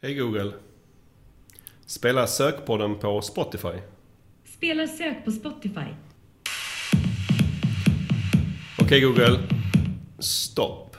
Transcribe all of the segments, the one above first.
Hej Google. Spela sökpodden på Spotify. Spela sök på Spotify. Okej Google. Stopp.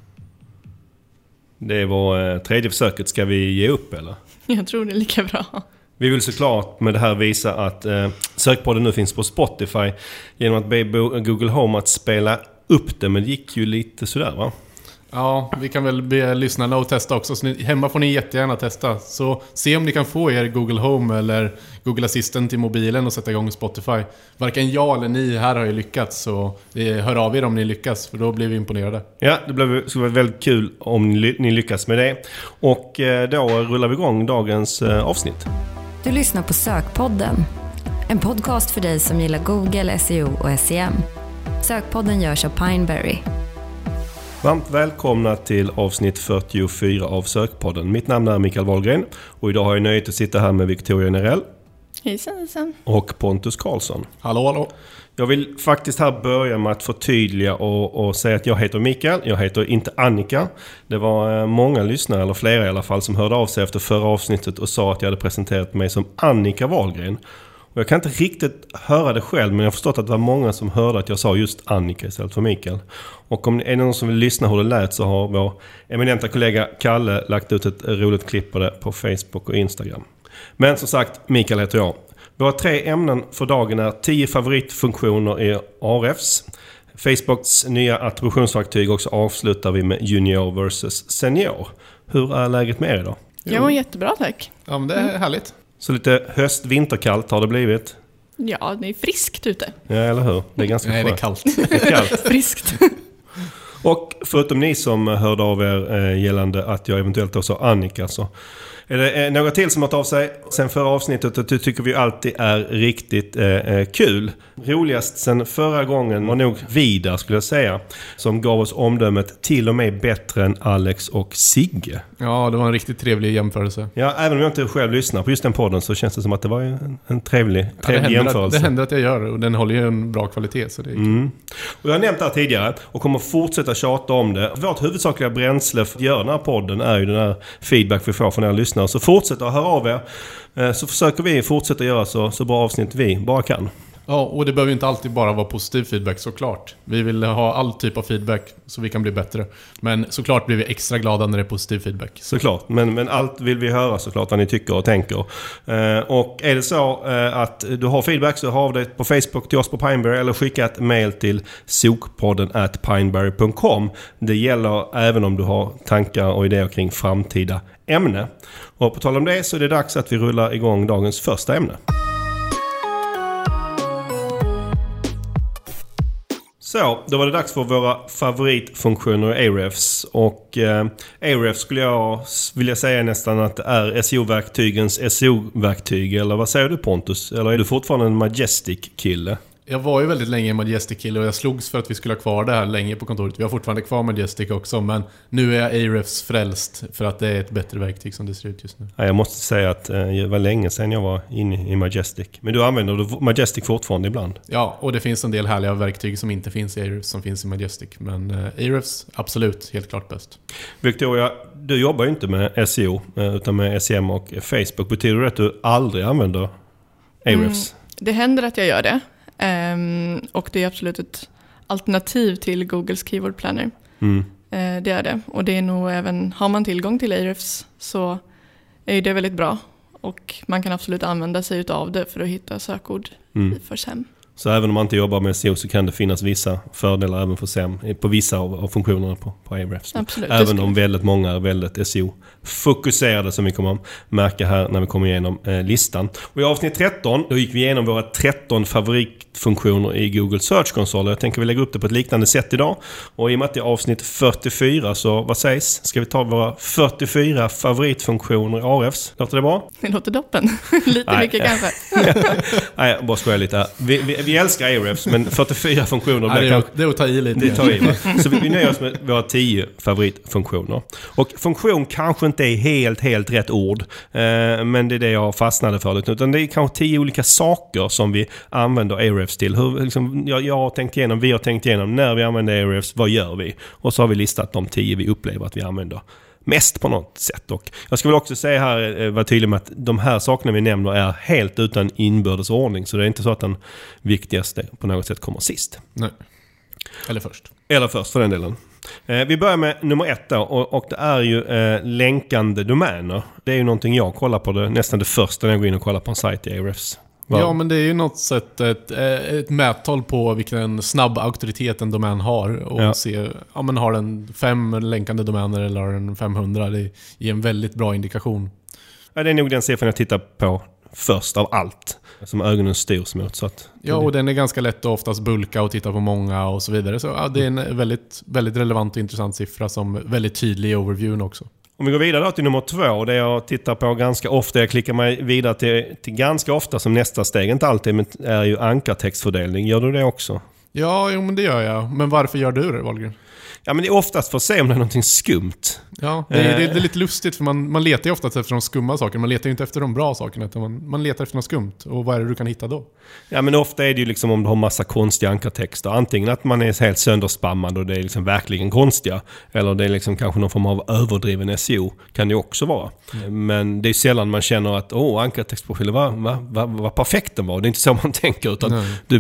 Det var tredje försöket. Ska vi ge upp eller? Jag tror det är lika bra. Vi vill såklart med det här visa att sökpodden nu finns på Spotify genom att be Google Home att spela upp det. Men det gick ju lite sådär va? Ja, vi kan väl be lyssnarna att testa också. Så hemma får ni jättegärna testa. Så se om ni kan få er Google Home eller Google Assistant i mobilen och sätta igång Spotify. Varken jag eller ni här har ju lyckats. Så hör av er om ni lyckas, för då blir vi imponerade. Ja, det skulle vara väldigt kul om ni lyckas med det. Och då rullar vi igång dagens avsnitt. Du lyssnar på Sökpodden. En podcast för dig som gillar Google, SEO och SEM. Sökpodden görs av Pineberry. Varmt välkomna till avsnitt 44 av Sökpodden. Mitt namn är Mikael Wahlgren och idag har jag nöjet att sitta här med Victoria Nerell. Hejsan. Och Pontus Karlsson. Hallå. Jag vill faktiskt här börja med att förtydliga och säga att jag heter Mikael. Jag heter inte Annika. Det var många lyssnare, eller flera i alla fall, som hörde av sig efter förra avsnittet och sa att jag hade presenterat mig som Annika Wahlgren. Och jag kan inte riktigt höra det själv, men jag har förstått att det var många som hörde att jag sa just Annika istället för Mikael. Och om det är någon som vill lyssna hur det lät så har vår eminenta kollega Kalle lagt ut ett roligt klipp på det på Facebook och Instagram. Men som sagt, Mikael heter jag. Våra 3 ämnen för dagen är 10 favoritfunktioner i Ahrefs, Facebooks nya attributionsverktyg och så avslutar vi med junior versus senior. Hur är läget med er då? Jag mår jättebra, tack. Ja, men det är härligt. Så lite höst-vinterkallt har det blivit? Ja, det är friskt ute. Ja, eller hur? Det är ganska Nej, skönt. det är kallt. Det är kallt. Friskt. Och förutom ni som hörde av er gällande att jag eventuellt också Annika, så är det några till som har tagit av sig sen förra avsnittet, och det tycker vi alltid är riktigt kul. Roligast sen förra gången var nog Vidar, skulle jag säga, som gav oss omdömet till och med bättre än Alex och Sigge. Ja, det var en riktigt trevlig jämförelse. Ja, även om jag inte själv lyssnar på just den podden så känns det som att det var en trevlig jämförelse. Det händer att jag gör det, och den håller ju en bra kvalitet, så det är kul. Och jag har nämnt det här tidigare och kommer fortsätta tjata om det. Vårt huvudsakliga bränsle för att göra den här podden är ju den här feedback vi får från era lyssnare. Så fortsätt att höra av er, så försöker vi fortsätta göra så bra avsnitt vi bara kan. Ja, och det behöver ju inte alltid bara vara positiv feedback, såklart. Vi vill ha all typ av feedback så vi kan bli bättre. Men såklart blir vi extra glada när det är positiv feedback. Såklart, men allt vill vi höra såklart vad ni tycker och tänker. Och är det så att du har feedback så har vi det på Facebook till oss på Pineberry, eller skicka ett mail till sokpodden@pineberry.com. Det gäller även om du har tankar och idéer kring framtida ämne. Och på tal om det så är det dags att vi rullar igång dagens första ämne. Så, då var det dags för våra favoritfunktioner i Ahrefs. Och Ahrefs skulle jag vilja säga nästan att det är SEO-verktygens SEO-verktyg. Eller vad säger du, Pontus? Eller är du fortfarande en Majestic-kille? Jag var ju väldigt länge en Majestic-kille och jag slogs för att vi skulle ha kvar det här länge på kontoret. Vi har fortfarande kvar Majestic också, men nu är jag Ahrefs frälst för att det är ett bättre verktyg som det ser ut just nu. Ja, jag måste säga att det var länge sedan jag var inne i Majestic. Men du använder Majestic fortfarande ibland? Ja, och det finns en del härliga verktyg som inte finns i Ahrefs som finns i Majestic. Men Ahrefs, absolut, helt klart bäst. Victoria, du jobbar ju inte med SEO utan med SEM och Facebook. Betyder det att du aldrig använder Ahrefs? Det händer att jag gör det. Och det är absolut ett alternativ till Googles Keyword Planner. Det är det. Och det är nog även, har man tillgång till Ahrefs så är det väldigt bra. Och man kan absolut använda sig av det för att hitta sökord för SEM. Så även om man inte jobbar med SEO så kan det finnas vissa fördelar även för SEM på vissa av funktionerna på Ahrefs. Absolut. Även om väldigt många är väldigt SEO-fokuserade, som vi kommer att märka här när vi kommer igenom listan. Och i avsnitt 13 då gick vi igenom våra 13 favoritfunktioner i Google Search Console. Jag tänker vi lägga upp det på ett liknande sätt idag. Och i och med att det är avsnitt 44 så vad sägs? Ska vi ta våra 44 favoritfunktioner i Ahrefs? Låter det bra? Det låter doppen. Lite mycket kanske. Nej, jag bara skojar lite här. Vi älskar Ahrefs, men 44 funktioner det är att ta i lite. Det tar i, va? Så vi nöjer oss med våra 10 favoritfunktioner. Och funktion kanske inte är helt rätt ord, men det är det jag fastnade för. Utan det är kanske 10 olika saker som vi använder Ahrefs till. Hur, liksom, jag har tänkt igenom, vi har tänkt igenom när vi använder Ahrefs, vad gör vi? Och så har vi listat de 10 vi upplever att vi använder mest på något sätt. Och jag ska väl också säga här, vara tydlig med att de här sakerna vi nämner är helt utan inbördes ordning. Så det är inte så att den viktigaste på något sätt kommer sist. Nej. Eller först. Eller först för den delen. Vi börjar med nummer 1 då, och det är ju länkande domäner. Det är ju någonting jag kollar på nästan det första när jag går in och kollar på en sajt i Ahrefs. Ja, men det är ju något sätt ett mättal på vilken snabb auktoritet en domän har. Och se, men har den 5 länkande domäner eller har den 500? Det ger en väldigt bra indikation. Ja, det är nog den siffran jag tittar på först av allt som ögonen styrs mot. Så att, och den är ganska lätt att oftast bulka och titta på många och så vidare. Så det är en väldigt, väldigt relevant och intressant siffra som är väldigt tydlig i overviewen också. Om vi går vidare då till nummer 2, det jag tittar på ganska ofta, jag klickar mig vidare till ganska ofta som nästa steg, inte alltid, men är ju ankartextfördelning. Gör du det också? Ja, men det gör jag. Men varför gör du det, Wahlgren? Ja, men det är oftast för att se om det är någonting skumt. Ja, det är lite lustigt för man letar ju oftast efter de skumma sakerna. Man letar ju inte efter de bra sakerna utan man letar efter något skumt. Och vad är det du kan hitta då? Ja, men ofta är det ju liksom om du har massa konstiga ankartexter. Antingen att man är helt sönderspammad och det är liksom verkligen konstiga. Eller det är liksom kanske någon form av överdriven SEO. Kan det också vara. Men det är sällan man känner att ankartextprofilen var perfekt den var. Det är inte så man tänker utan du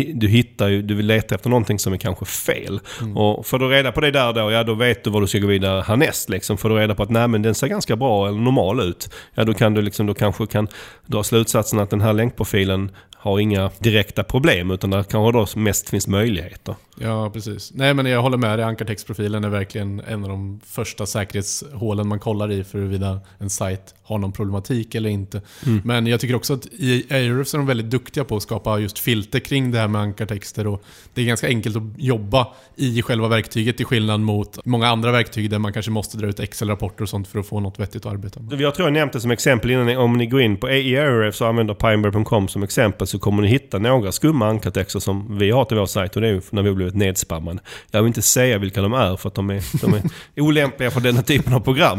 vill leta efter någonting som är kanske fel. Och för att reda på det där då vet du vad du ska gå vidare härnäst liksom. Får du reda på att men den ser ganska bra eller normal ut. Ja, då kan du liksom, då kanske kan dra slutsatsen att den här länkprofilen har inga direkta problem utan där kanske då mest finns möjligheter. Ja, precis. Nej, men jag håller med dig. Ankartextprofilen är verkligen en av de första säkerhetshålen man kollar i för huruvida en sajt har någon problematik eller inte. Men jag tycker också att i Ahrefs är de väldigt duktiga på att skapa just filter kring det här med ankartexter och det är ganska enkelt att jobba i själva verktyget till skillnad mot många andra verktyg där man kanske måste dra ut Excel-rapporter och sånt för att få något vettigt att arbeta med. Jag tror jag nämnde det som exempel innan. Om ni går in på Ahrefs och använder pineberry.com som exempel så kommer ni hitta några skumma ankartexter som vi har till vår sajt och det är ju när vi har blivit nedspammade. Jag vill inte säga vilka de är för att de är olämpliga för denna typen av program.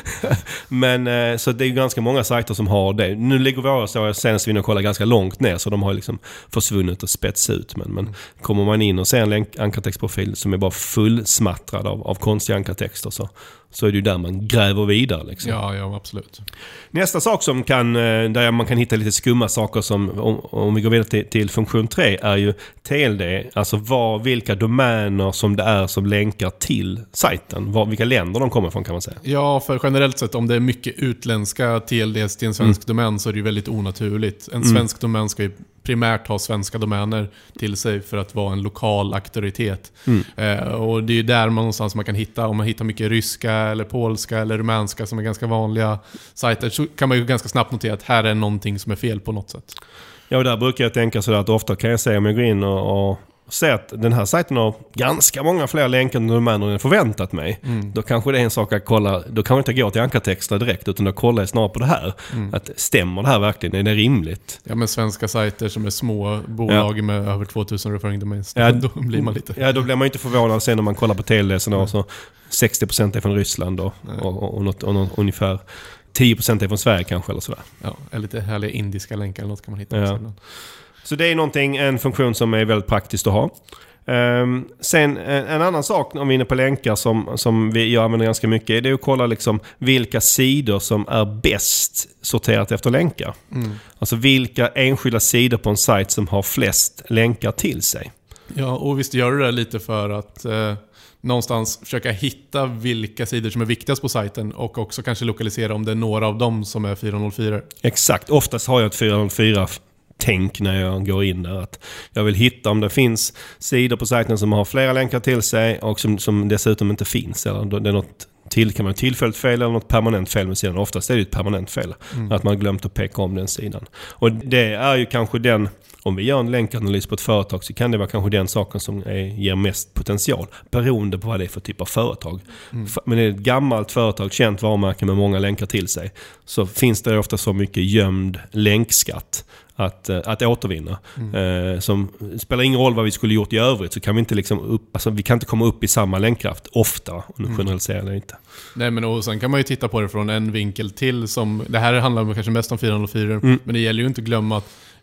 Men så det är ju ganska många sajter som har det. Nu ligger våra så senast vi nu kollar ganska långt ner så de har liksom försvunnit och spets ut. Men kommer man in och ser en ankartextprofil som är bara fullsmattrad av konstiga ankartexter så är det ju där man gräver vidare. Liksom. Ja, absolut. Nästa sak som där man kan hitta lite skumma saker som, om vi går vidare till funktion 3, är ju TLD. Alltså vilka domäner som det är som länkar till sajten. Vilka länder de kommer från kan man säga. Ja, för generellt sett om det är mycket utländska TLDs till en svensk domän så är det ju väldigt onaturligt. En svensk domän ska ju primärt ha svenska domäner till sig för att vara en lokal auktoritet. Och det är ju där någonstans man kan hitta, om man hittar mycket ryska eller polska eller rumänska som är ganska vanliga sajter så kan man ju ganska snabbt notera att här är någonting som är fel på något sätt. Ja, och där brukar jag tänka sådär att ofta kan jag säga om jag går in och ser att den här sajten har ganska många fler länkar än domäner än jag förväntat mig. Då kanske det är en sak att kolla, då kan man inte gå till ankartexter direkt utan då kollar jag snarare på det här. Att stämmer det här verkligen? Är det rimligt? Ja, men svenska sajter som är små bolag med över 2000 referring domains, då blir man lite... Ja, då blir man inte förvånad sen när man kollar på TLD-serna och så 60% är från Ryssland och något ungefär 10% är från Sverige kanske eller sådär. Ja, eller lite härliga indiska länkar eller något kan man hitta. Ja. Så det är en funktion som är väldigt praktiskt att ha. Sen en annan sak om vi är inne på länkar som vi använder ganska mycket, det är att kolla liksom vilka sidor som är bäst sorterat efter länkar. Alltså vilka enskilda sidor på en sajt som har flest länkar till sig. Ja, och visst gör du det lite för att någonstans försöka hitta vilka sidor som är viktigast på sajten och också kanske lokalisera om det är några av dem som är 404. Exakt, oftast har jag ett 404 tänk när jag går in där att jag vill hitta om det finns sidor på sajten som har flera länkar till sig och som dessutom inte finns eller det är något kan man tillfälligt fel eller något permanent fel med sidan. Oftast är det ett permanent fel att man har glömt att peka om den sidan. Och det är ju kanske om vi gör en länkanalys på ett företag så kan det vara kanske den saken som ger mest potential beroende på vad det är för typ av företag. Men det är ett gammalt företag, känt varumärke med många länkar till sig, så finns det ofta så mycket gömd länkskatt att återvinna. Som spelar ingen roll vad vi skulle gjort i övrigt så kan vi inte vi kan inte komma upp i samma länkkraft ofta, och nu generaliserar det inte. Nej, men och sen kan man ju titta på det från en vinkel till som, det här handlar kanske mest om 404, men det gäller ju inte att glömma att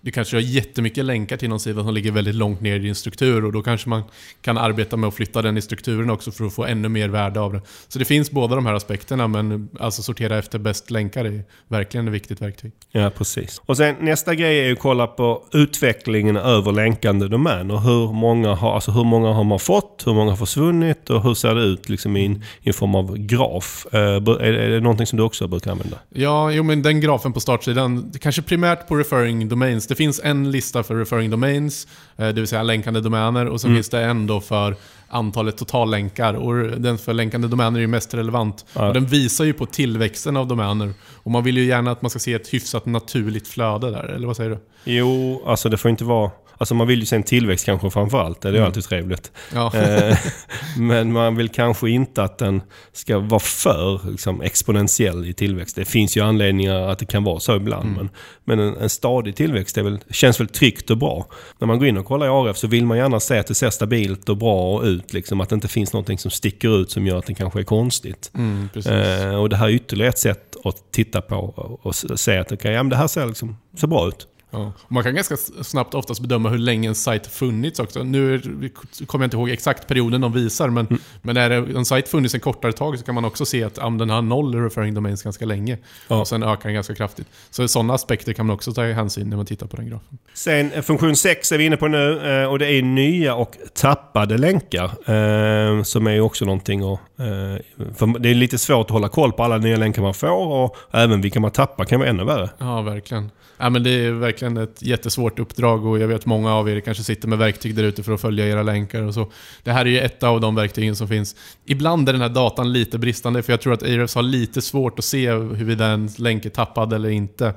du kanske har jättemycket länkar till någon sida som ligger väldigt långt ner i din struktur, och då kanske man kan arbeta med att flytta den i strukturen också för att få ännu mer värde av det. Så det finns båda de här aspekterna, men alltså sortera efter bäst länkar är verkligen ett viktigt verktyg. Ja, precis. Och sen nästa grej är ju att kolla på utvecklingen över länkande domäner. Hur många har man fått, hur många har försvunnit och hur ser det ut liksom i en form av graf? Är det någonting som du också brukar använda? Ja, men den grafen på startsidan, kanske primärt på referring domains. Det finns en lista för referring domains, det vill säga länkande domäner, och så finns det en då för antalet totallänkar, och den för länkande domäner är ju mest relevant. Ja. Och den visar ju på tillväxten av domäner, och man vill ju gärna att man ska se ett hyfsat naturligt flöde där, eller vad säger du? Jo, alltså det får inte vara... Alltså man vill ju se en tillväxt kanske framförallt, det är ju alltid trevligt. Ja. Men man vill kanske inte att den ska vara för liksom, exponentiell i tillväxt. Det finns ju anledningar att det kan vara så ibland, men en stadig tillväxt känns väl tryggt och bra. När man går in och kollar i Ahrefs så vill man gärna se att det ser stabilt och bra ut, liksom, att det inte finns någonting som sticker ut som gör att det kanske är konstigt. Och det här är ytterligare ett sätt att titta på och se att men det här ser bra ut. Ja. Man kan ganska snabbt oftast bedöma hur länge en sajt funnits också. Nu kommer jag inte ihåg exakt perioden de visar, men är en sajt funnits en kortare tag så kan man också se att den har 0 referring domains ganska länge. Ja. Och sen ökar den ganska kraftigt. Så sådana aspekter kan man också ta hänsyn när man tittar på den grafen. Sen funktion 6 är vi inne på nu, och det är nya och tappade länkar, som är ju också någonting för det är lite svårt att hålla koll på alla nya länkar man får, och även vilka man tappar kan vara ännu värre. Ja, verkligen. Ja, men det är verkligen ett jättesvårt uppdrag, och jag vet många av er kanske sitter med verktyg där ute för att följa era länkar och så. Det här är ju ett av de verktygen som finns. Ibland är den här datan lite bristande, för jag tror att Ahrefs har lite svårt att se huruvida en länk är tappad eller inte.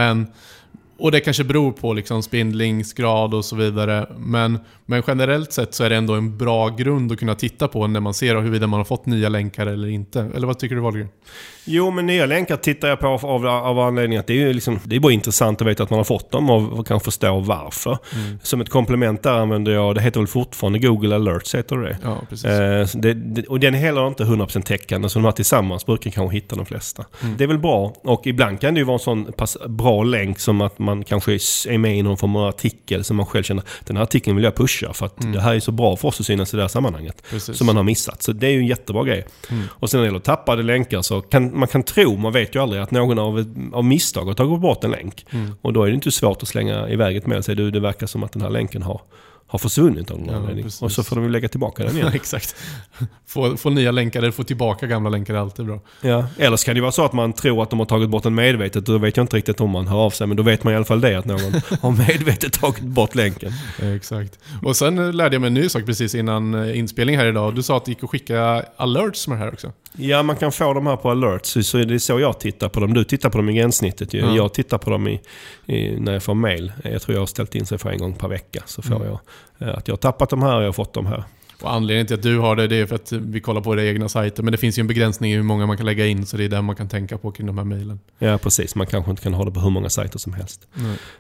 Och det kanske beror på liksom spindlingsgrad och så vidare. Men generellt sett så är det ändå en bra grund att kunna titta på när man ser huruvida man har fått nya länkar eller inte. Eller vad tycker du, Wahlgren? Jo, men nya länkar tittar jag på av anledning att det är bara intressant att veta att man har fått dem och kan förstå varför. Som ett komplement där använder jag, det heter väl fortfarande Google Alerts, heter det? Ja, precis. Och den är heller inte 100% täckande, så de här tillsammans brukar kanske hitta de flesta. Det är väl bra, och ibland kan det ju vara en sån pass bra länk som att man kanske är med i någon form av artikel som man själv känner, den här artikeln vill jag pusha för att det här är så bra för oss att synas i det här sammanhanget. Precis. Som man har missat. Så det är ju en jättebra grej. Och sen när det gäller tappade länkar så man kan tro, man vet ju aldrig, att någon av misstag har tagit bort en länk. Och då är det inte svårt att slänga iväg ett med sig. Det verkar som att den här länken har försvunnit av någon anledning. Och så får de lägga tillbaka den igen. Ja, exakt. Få nya länkar eller få tillbaka gamla länkar är alltid bra. Ja. Eller kan det vara så att man tror att de har tagit bort en medvetet. Då vet jag inte riktigt om man hör av sig. Men då vet man i alla fall det, att någon har medvetet tagit bort länken. Exakt. Och sen lärde jag mig en ny sak precis innan inspelning här idag. Du sa att det gick att skicka alerts med det här också. Ja, man kan få de här på alerts. Så det är så jag tittar på dem. Du tittar på dem i gränssnittet. Jag tittar på dem när jag får mail. Jag tror jag har ställt in sig för en gång per vecka. Så får jag att jag har tappat de här och jag har fått de här. Och anledningen till att du har det är för att vi kollar på era egna sajter. Men det finns ju en begränsning i hur många man kan lägga in. Så det är där man kan tänka på kring de här mailen. Ja, precis. Man kanske inte kan ha det på hur många sajter som helst.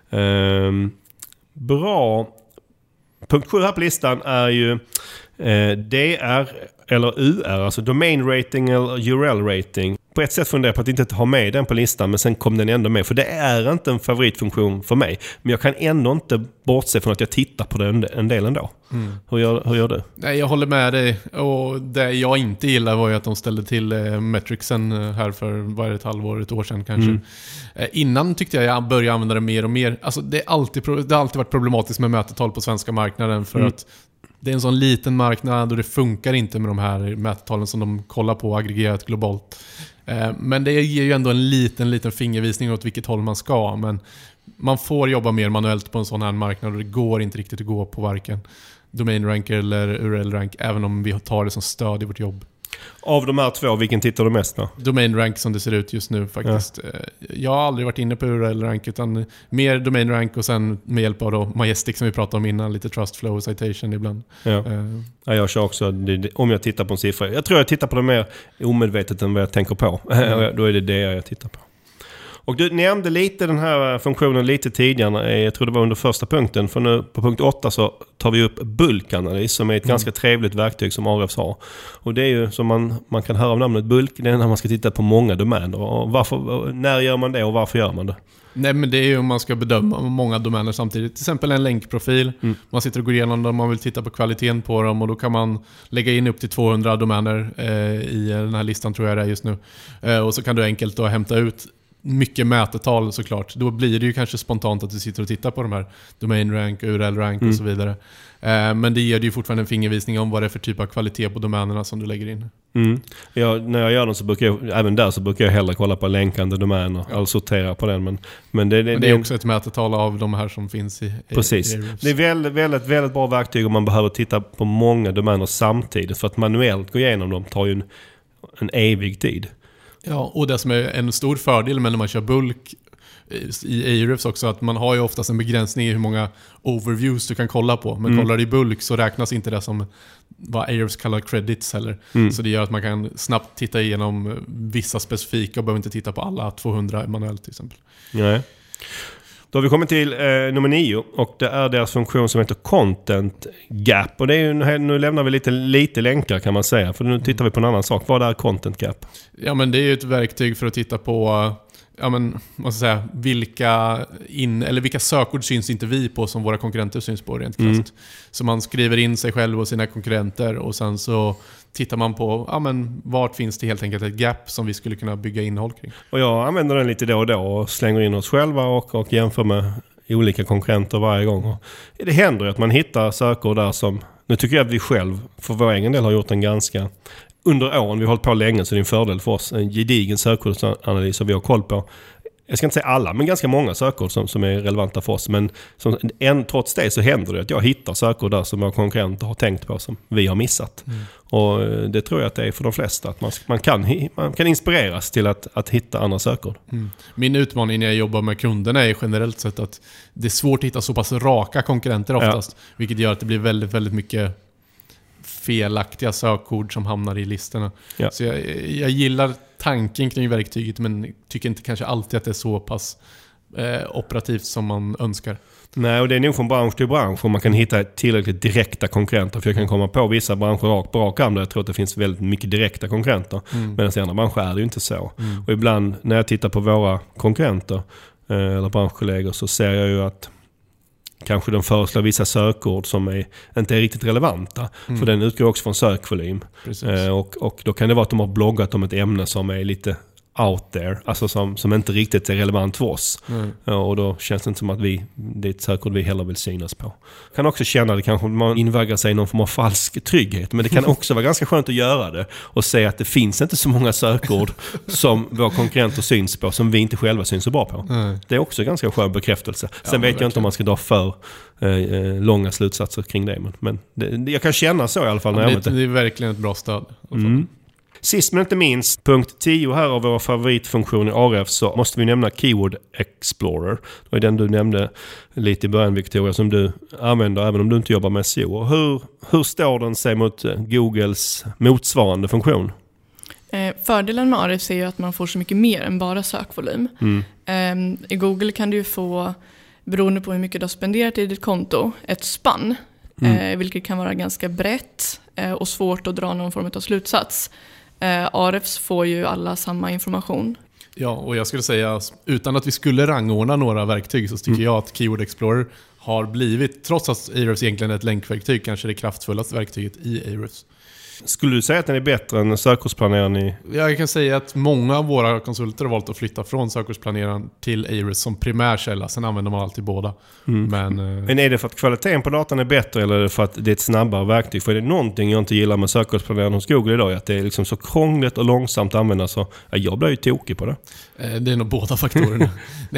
Bra. Punkt 7 här på listan är ju DR eller UR, alltså domain rating eller URL rating. På ett sätt funderar jag på att inte ha med den på listan, men sen kom den ändå med. För det är inte en favoritfunktion för mig. Men jag kan ändå inte bortse från att jag tittar på den en del ändå. Hur gör du? Nej, jag håller med dig. Och det jag inte gillar var ju att de ställde till metricsen här för ett halvår, ett år sedan kanske. Innan tyckte jag började använda det mer och mer. Alltså det har alltid varit problematiskt med mätetal på svenska marknaden, för att det är en sån liten marknad och det funkar inte med de här mätetalen som de kollar på aggregerat globalt. Men det ger ju ändå en liten fingervisning åt vilket håll man ska. Men man får jobba mer manuellt på en sån här marknad, och det går inte riktigt att gå på varken domain rank eller URL rank, även om vi tar det som stöd i vårt jobb. Av de här två, vilken tittar du mest på? Domain rank som det ser ut just nu faktiskt. Ja. Jag har aldrig varit inne på URL rank, utan mer domain rank och sen med hjälp av då Majestic som vi pratade om innan, lite trust flow citation ibland. Ja. Ja, jag kör också, om jag tittar på en siffra. Jag tror jag tittar på det mer omedvetet än vad jag tänker på. Då är det jag tittar på. Och du nämnde lite den här funktionen lite tidigare, jag tror det var under första punkten, för nu på punkt 8 så tar vi upp bulkanalys som är ett ganska trevligt verktyg som Ahrefs har. Och det är ju som man kan höra av namnet bulk, det är när man ska titta på många domäner. Och när gör man det och varför gör man det? Nej, men det är ju om man ska bedöma många domäner samtidigt. Till exempel en länkprofil. Man sitter och går igenom dem, man vill titta på kvaliteten på dem och då kan man lägga in upp till 200 domäner i den här listan tror jag det är just nu. Och så kan du enkelt då hämta ut mycket mätetal såklart. Då blir det ju kanske spontant att du sitter och tittar på de här domain rank, URL rank och så vidare. Men det ger ju fortfarande en fingervisning om vad det är för typ av kvalitet på domänerna som du lägger in. När jag gör dem så brukar jag, även där så brukar jag hellre kolla på länkande domäner eller sortera på den. Men det är också ett mätetal av de här som finns i precis. Det är väldigt, väldigt bra verktyg om man behöver titta på många domäner samtidigt. För att manuellt gå igenom dem tar ju en evig tid. Ja, och det som är en stor fördel med när man kör bulk i Ahrefs också, att man har ju oftast en begränsning i hur många overviews du kan kolla på. Men kollar du i bulk så räknas inte det som vad Ahrefs kallar credits heller. Så det gör att man kan snabbt titta igenom vissa specifika och behöver inte titta på alla 200 manuellt till exempel. Nej. Då har vi kommit till nummer 9 och det är deras funktion som heter Content Gap. Och det är ju, nu lämnar vi lite länkar kan man säga, för nu tittar vi på en annan sak. Vad är Content Gap? Ja, men det är ju ett verktyg för att titta på vilka sökord syns inte vi på som våra konkurrenter syns på rent krasst. Så man skriver in sig själv och sina konkurrenter och sen så tittar man på vart finns det helt enkelt ett gap som vi skulle kunna bygga innehåll kring. Och jag använder den lite då och då och slänger in oss själva och jämför med olika konkurrenter varje gång. Och det händer ju att man hittar sökord där som, nu tycker jag att vi själv för vår egen del har gjort en ganska, under åren, vi har hållit på länge så det är en fördel för oss, en gedigen sökordsanalys som vi har koll på. Jag ska inte säga alla, men ganska många sökord som är relevanta för oss. Men trots det så händer det att jag hittar sökord där som våra konkurrenter har tänkt på som vi har missat. Och det tror jag att det är för de flesta. Att man kan inspireras till att hitta andra sökord. Min utmaning när jag jobbar med kunderna är generellt sett att det är svårt att hitta så pass raka konkurrenter oftast. Ja. Vilket gör att det blir väldigt, väldigt mycket felaktiga sökord som hamnar i listorna. Ja. Så jag gillar tanken kring verktyget men tycker inte kanske alltid att det är så pass operativt som man önskar. Nej, och det är nog från bransch till bransch och man kan hitta tillräckligt direkta konkurrenter. För jag kan komma på vissa branscher på rak arm där jag tror att det finns väldigt mycket direkta konkurrenter. Medan i andra branscher är det ju inte så. Och ibland när jag tittar på våra konkurrenter eller branschkollegor så ser jag ju att kanske de föreslår vissa sökord som inte är riktigt relevanta. För den utgår också från sökvolym. Och då kan det vara att de har bloggat om ett ämne som är lite out there. Alltså som inte riktigt är relevant för oss. Och då känns det inte som att det är ett sökord vi hellre vill synas på. Kan också känna att det kanske man invaggar sig i någon form av falsk trygghet. Men det kan också vara ganska skönt att göra det. Och säga att det finns inte så många sökord som våra konkurrenter syns på. Som vi inte själva syns så bra på. Det är också ganska skön bekräftelse. Sen vet jag inte om man ska dra för långa slutsatser kring det. Men jag kan känna så i alla fall. När det är verkligen ett bra stöd. Sist men inte minst, punkt 10 här av våra favoritfunktioner i Ahrefs så måste vi nämna Keyword Explorer. Det var den du nämnde lite i början, Victoria, som du använder även om du inte jobbar med SEO. Och hur står den sig mot Googles motsvarande funktion? Fördelen med Ahrefs är ju att man får så mycket mer än bara sökvolym. I Google kan du ju få, beroende på hur mycket du har spenderat i ditt konto, ett spann. Vilket kan vara ganska brett och svårt att dra någon form av slutsats. Ahrefs får ju alla samma information. Ja, och jag skulle säga, utan att vi skulle rangordna några verktyg så tycker jag att Keyword Explorer har blivit, trots att Ahrefs egentligen är ett länkverktyg, kanske det kraftfullaste verktyget i Ahrefs. Skulle du säga att den är bättre än sökordsplaneraren? Jag kan säga att många av våra konsulter har valt att flytta från sökordsplaneraren till Ahrefs som primärkälla. Sen använder man alltid båda. Men är det för att kvaliteten på datan är bättre eller är det för att det är ett snabbare verktyg? För är det någonting jag inte gillar med sökordsplaneraren hos Google idag, att det är liksom så krångligt och långsamt att använda, så jag blir ju tokig på det. Det är nog båda faktorerna.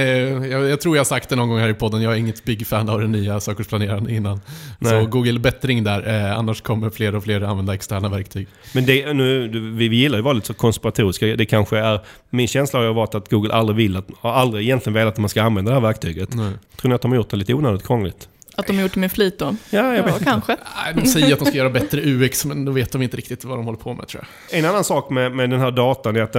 Jag tror jag har sagt det någon gång här i podden. Jag är inget big fan av den nya sökordsplaneraren innan. Så Google bättring där. Annars kommer fler och fler använda externa verktyg. Men vi gillar ju vara lite så konspiratoriska. Det kanske är, min känsla har varit att Google aldrig egentligen velat att man ska använda det här verktyget. Tror ni att de har gjort det lite onödigt krångligt? Att de har gjort det med flit då? Ja, jag vet kanske. Nej, de säger att de ska göra bättre UX, men då vet de inte riktigt vad de håller på med, tror jag. En annan sak med den här datan är att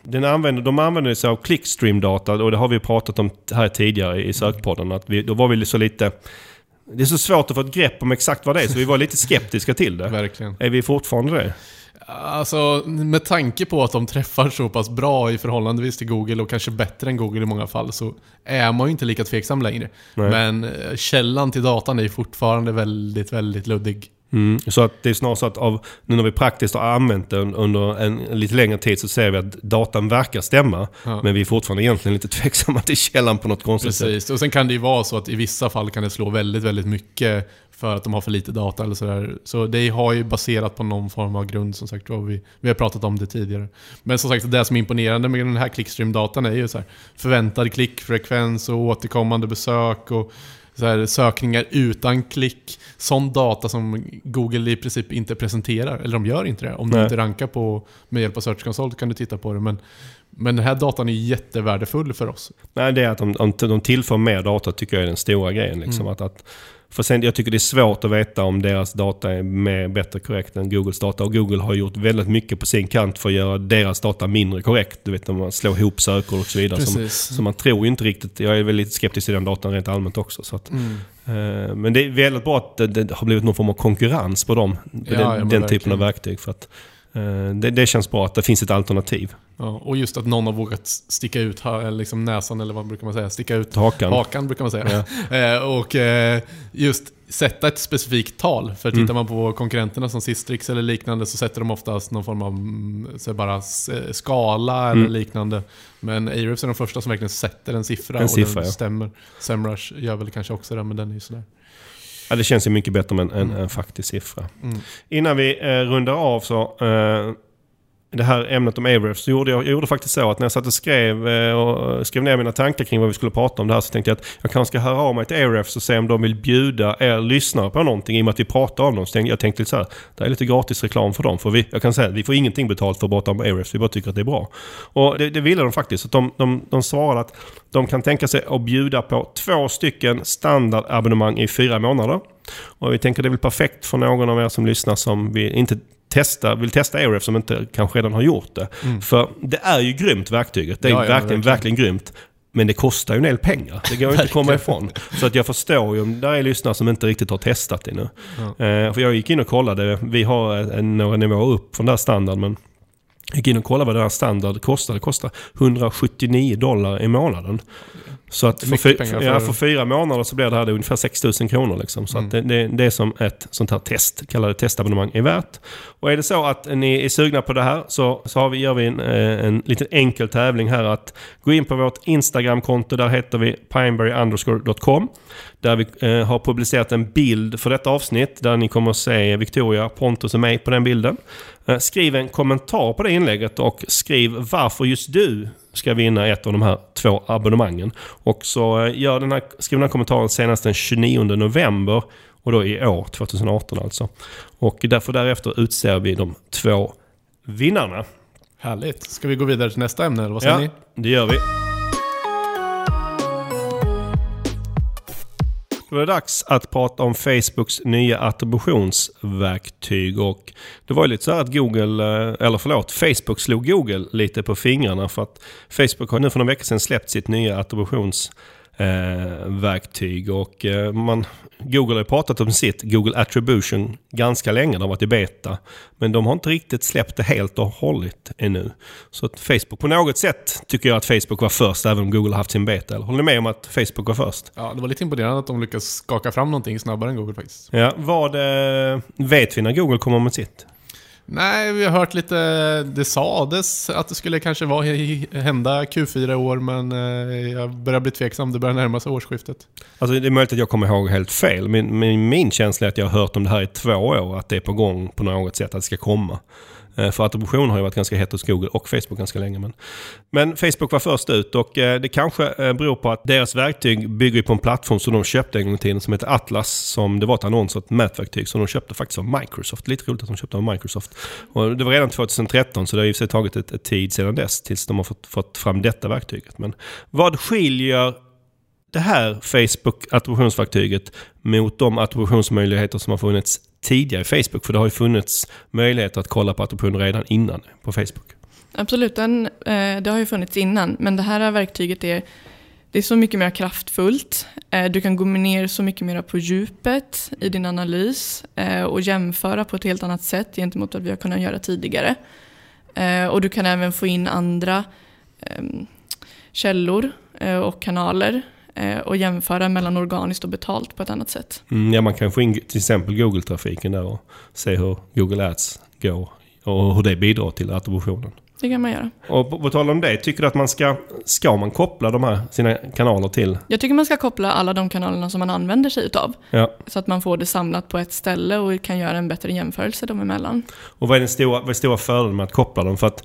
de använder sig av clickstream-data, och det har vi pratat om här tidigare i sökpodden. Att då var vi så lite... Det är så svårt att få ett grepp om exakt vad det är, så vi var lite skeptiska till det. Verkligen. Är vi fortfarande det? Alltså, med tanke på att de träffar så pass bra i förhållandevis till Google och kanske bättre än Google i många fall, så är man ju inte lika tveksam längre. Nej. Men källan till datan är fortfarande väldigt, väldigt luddig. Så att det är snarare så att nu när vi praktiskt har använt den under en lite längre tid, så ser vi att datan verkar stämma, men vi är fortfarande egentligen lite tveksamma till källan på något konstigt sätt. Precis, och sen kan det ju vara så att i vissa fall kan det slå väldigt, väldigt mycket för att de har för lite data eller sådär. Så det har ju baserat på någon form av grund, som sagt, vi har pratat om det tidigare. Men som sagt, det som är imponerande med den här clickstream-datan är ju så här, förväntad klickfrekvens och återkommande besök och så här, sökningar utan klick. Sån data som Google i princip inte presenterar. Eller de gör inte det. Om du inte rankar på med hjälp av Search Console kan du titta på det. Men den här datan är jättevärdefull för oss. Nej, det är att de tillför mer data, tycker jag är den stora grejen. Liksom. För sen, jag tycker det är svårt att veta om deras data är bättre korrekt än Googles data. Och Google har gjort väldigt mycket på sin kant för att göra deras data mindre korrekt. Du vet, om man slår ihop sökord och så vidare. Så man tror ju inte riktigt... Jag är väl lite skeptisk till den datan rent allmänt också. Så att, men det är väldigt bra att det har blivit någon form av konkurrens på dem. Den typen av verktyg. För att det känns bra att det finns ett alternativ. Ja, och just att någon har vågat sticka ut liksom näsan, eller vad brukar man säga? Sticka ut hakan brukar man säga. Och just sätta ett specifikt tal. För tittar man på konkurrenterna som Sistrix eller liknande, så sätter de oftast någon form av så bara skala eller liknande. Men Ahrefs är de första som verkligen sätter en siffra och den stämmer. SEMrush gör väl kanske också det, men den är ju sådär. Ja, det känns ju mycket bättre än en faktisk siffra. Innan vi rundar av så... det här ämnet om Ahrefs, så jag gjorde faktiskt så att när jag satt och skrev ner mina tankar kring vad vi skulle prata om det här, så tänkte jag att jag kanske ska höra av mig till Ahrefs och se om de vill bjuda er lyssnare på någonting i och med att vi pratar om dem. Så jag tänkte lite så här, det är lite gratis reklam för dem, för jag kan säga att vi får ingenting betalt för att prata om Ahrefs, vi bara tycker att det är bra. Och det ville de faktiskt, att de svarade att de kan tänka sig att bjuda på 2 stycken standardabonnemang i 4 månader. Och vi tänker det är väl perfekt för någon av er som lyssnar som vill testa Ahrefs som inte kanske redan har gjort det. För det är ju grymt verktyget. Det är verkligen grymt. Men det kostar ju en del pengar. Det går ju inte att komma ifrån. Så att jag förstår ju om det är lyssnare som inte riktigt har testat det nu. För jag gick in och kollade. Vi har några nivåer upp från den där standard, men jag gick in och kollade vad den här standard kostar. Det kostar $179 i månaden. Så att för 4 månader så blir det här ungefär 6 000 kronor. Liksom. Så att det är som ett sånt här kallade testabonnemang är värt. Och är det så att ni är sugna på det här, så gör vi en liten enkel tävling här. Att gå in på vårt Instagram-konto, där heter vi pineberry_.com. Där vi har publicerat en bild för detta avsnitt, där ni kommer att se Victoria, Pontus och mig på den bilden. Skriv en kommentar på det inlägget och skriv varför just du ska vinna ett av de här 2 abonnemangen. Och så skriv den här kommentaren senast den 29 november och då i år, 2018 alltså. Och därefter utser vi de 2 vinnarna. Härligt. Ska vi gå vidare till nästa ämne, eller vad säger ni? Det gör vi. Det var dags att prata om Facebooks nya attributionsverktyg, och det var ju lite så här att Facebook slog Google lite på fingrarna, för att Facebook har nu för några veckor sedan släppt sitt nya attributionsverktyg, och Google har pratat om sitt Google Attribution ganska länge, det har varit i beta, men de har inte riktigt släppt det helt och hållet ännu. Så att Facebook, på något sätt tycker jag att Facebook var först, även om Google har haft sin beta. Eller håller ni med om att Facebook var först? Ja, det var lite imponerande att de lyckas skaka fram någonting snabbare än Google faktiskt. Ja, vet vi när Google kommer med sitt? Nej, vi har hört lite, det sades att det skulle kanske hända Q4 i år, men jag börjar bli tveksam, det börjar närma sig årsskiftet. Alltså det är möjligt att jag kommer ihåg helt fel, men min känsla är att jag har hört om det här i 2 år, att det är på gång på något sätt, att det ska komma. För attribution har ju varit ganska hett hos Google och Facebook ganska länge. Men Facebook var först ut, och det kanske beror på att deras verktyg bygger på en plattform som de köpte en gång i tiden som heter Atlas, som det var ett annons och ett mätverktyg som de köpte faktiskt av Microsoft. Lite roligt att de köpte av Microsoft. Och det var redan 2013, så det har ju sig tagit ett tid sedan dess tills de har fått fram detta verktyget. Men vad skiljer det här Facebook-attributionsverktyget mot de attributionsmöjligheter som har funnits tidigare i Facebook? För det har ju funnits möjligheter att kolla på attribution redan innan på Facebook. Absolut, det har ju funnits innan. Men det här verktyget det är så mycket mer kraftfullt. Du kan gå ner så mycket mer på djupet i din analys och jämföra på ett helt annat sätt gentemot vad vi har kunnat göra tidigare. Och du kan även få in andra källor och kanaler och jämföra mellan organiskt och betalt på ett annat sätt. Ja, man kan få in till exempel Google-trafiken där och se hur Google Ads går och hur det bidrar till attributionen. Det kan man göra. Och på tal om det, tycker du att man ska man koppla de här sina kanaler till? Jag tycker man ska koppla alla de kanalerna som man använder sig utav. Ja. Så att man får det samlat på ett ställe och kan göra en bättre jämförelse dem emellan. Och vad är den stora fördelen med att koppla dem? För att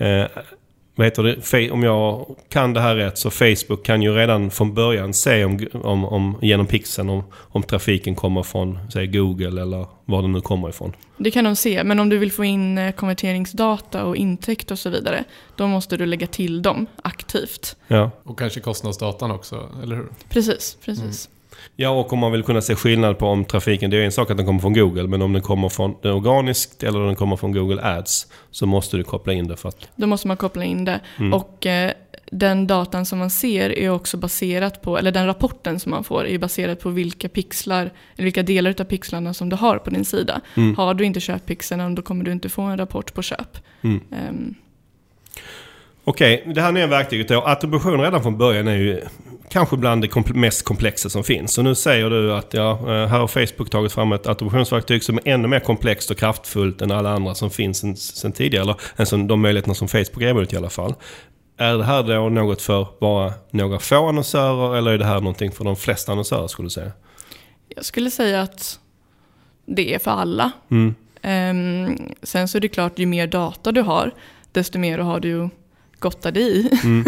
om jag kan det här rätt så Facebook kan ju redan från början se om genom pixeln om trafiken kommer från säg Google eller var den nu kommer ifrån. Det kan de se, men om du vill få in konverteringsdata och intäkt och så vidare, då måste du lägga till dem aktivt. Ja. Och kanske kostnadsdatan också, eller hur? Precis. Ja, och om man vill kunna se skillnad på om trafiken, det är en sak att den kommer från Google, men om den kommer från den organiskt eller den kommer från Google Ads så måste du koppla in det för att... Då måste man koppla in det. Och den datan som man ser är också baserat på, eller den rapporten som man får är baserad på vilka pixlar, eller vilka delar av pixlarna som du har på din sida. Har du inte köppixeln, då kommer du inte få en rapport på köp. Okej, det här nya verktyget då, attribution redan från början är ju kanske bland det mest komplexa som finns. Så nu säger du att här har Facebook tagit fram ett attributionsverktyg som är ännu mer komplext och kraftfullt än alla andra som finns sen tidigare, eller än de möjligheterna som Facebook erbjudit i alla fall. Är det här då något för bara några få annonsörer eller är det här någonting för de flesta annonsörer skulle du säga? Jag skulle säga att det är för alla. Sen så är det klart, ju mer data du har, desto mer har du gotta dig i.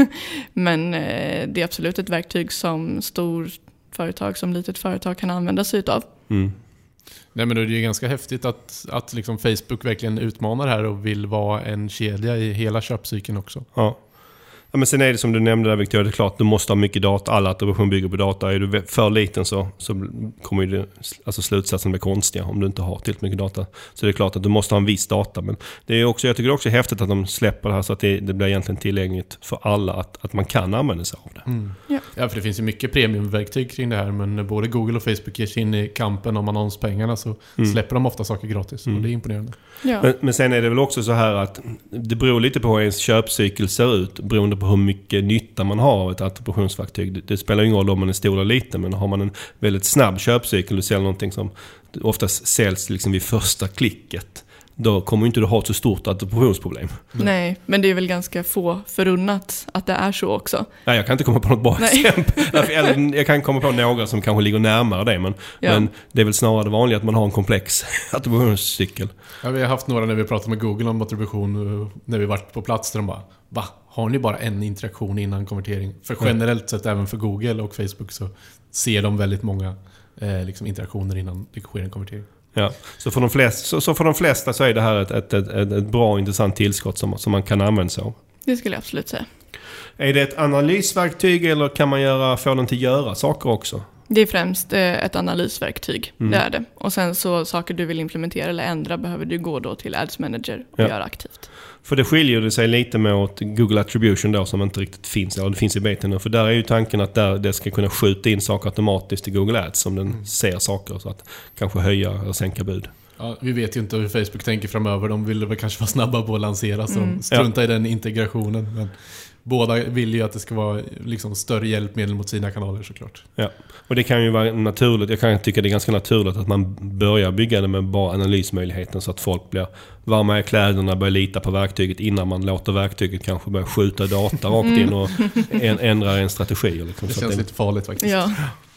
Men det är absolut ett verktyg som stor företag som litet företag kan använda sig utav. Nej, men det är ju ganska häftigt att liksom Facebook verkligen utmanar här och vill vara en kedja i hela köpcykeln också. Ja. Ja, men sen är det som du nämnde där Victor, det är klart du måste ha mycket data, all attribution bygger på data. Är du för liten så kommer ju slutsatsen bli konstiga om du inte har tillräckligt mycket data. Så det är klart att du måste ha en viss data, men det är också, jag tycker det är också häftigt att de släpper det här så att det blir egentligen tillgängligt för alla att man kan använda sig av det. Ja, för det finns ju mycket premiumverktyg kring det här, men när både Google och Facebook ger sig in i kampen om annonspengarna så släpper de ofta saker gratis och det är imponerande. Ja. Men sen är det väl också så här att det beror lite på hur ens köpcykel ser ut, beroende på hur mycket nytta man har av ett attributionsverktyg. Det spelar ingen roll om man är stor eller liten, men har man en väldigt snabb köpcykel och säljer någonting som oftast säljs liksom vid första klicket, då kommer inte du ha ett så stort attributionsproblem. Nej, men det är väl ganska få förunnat att det är så också. Nej, jag kan inte komma på något bra exempel. Jag kan komma på några som kanske ligger närmare det, men det är väl snarare det vanliga att man har en komplex attributionscykel. Ja, vi har haft några när vi pratat med Google om attribution när vi varit på plats där de bara, va? Har ni bara en interaktion innan konvertering? För generellt sett även för Google och Facebook så ser de väldigt många interaktioner innan det sker en konvertering. Ja, så för de flesta så är det här ett bra intressant tillskott som man kan använda sig av. Det skulle jag absolut säga. Är det ett analysverktyg eller kan man få den till att göra saker också? Det är främst ett analysverktyg, det är det. Och sen så saker du vill implementera eller ändra behöver du gå då till Ads Manager och göra aktivt. För det skiljer det sig lite mot Google Attribution då som inte riktigt finns, eller det finns i beten nu. För där är ju tanken att det ska kunna skjuta in saker automatiskt i Google Ads som den ser saker så att kanske höja eller sänka bud. Ja, vi vet ju inte hur Facebook tänker framöver. De vill väl kanske vara snabba på att lansera så de struntar i den integrationen. Men båda vill ju att det ska vara liksom större hjälpmedel mot sina kanaler såklart. Ja, och det kan ju vara naturligt. Jag kan tycka det är ganska naturligt att man börjar bygga det med bara analysmöjligheten så att folk blir varma i kläderna, börjar lita på verktyget innan man låter verktyget kanske börja skjuta data rakt in och ändra en strategi. Liksom. Det känns lite farligt faktiskt. Ja.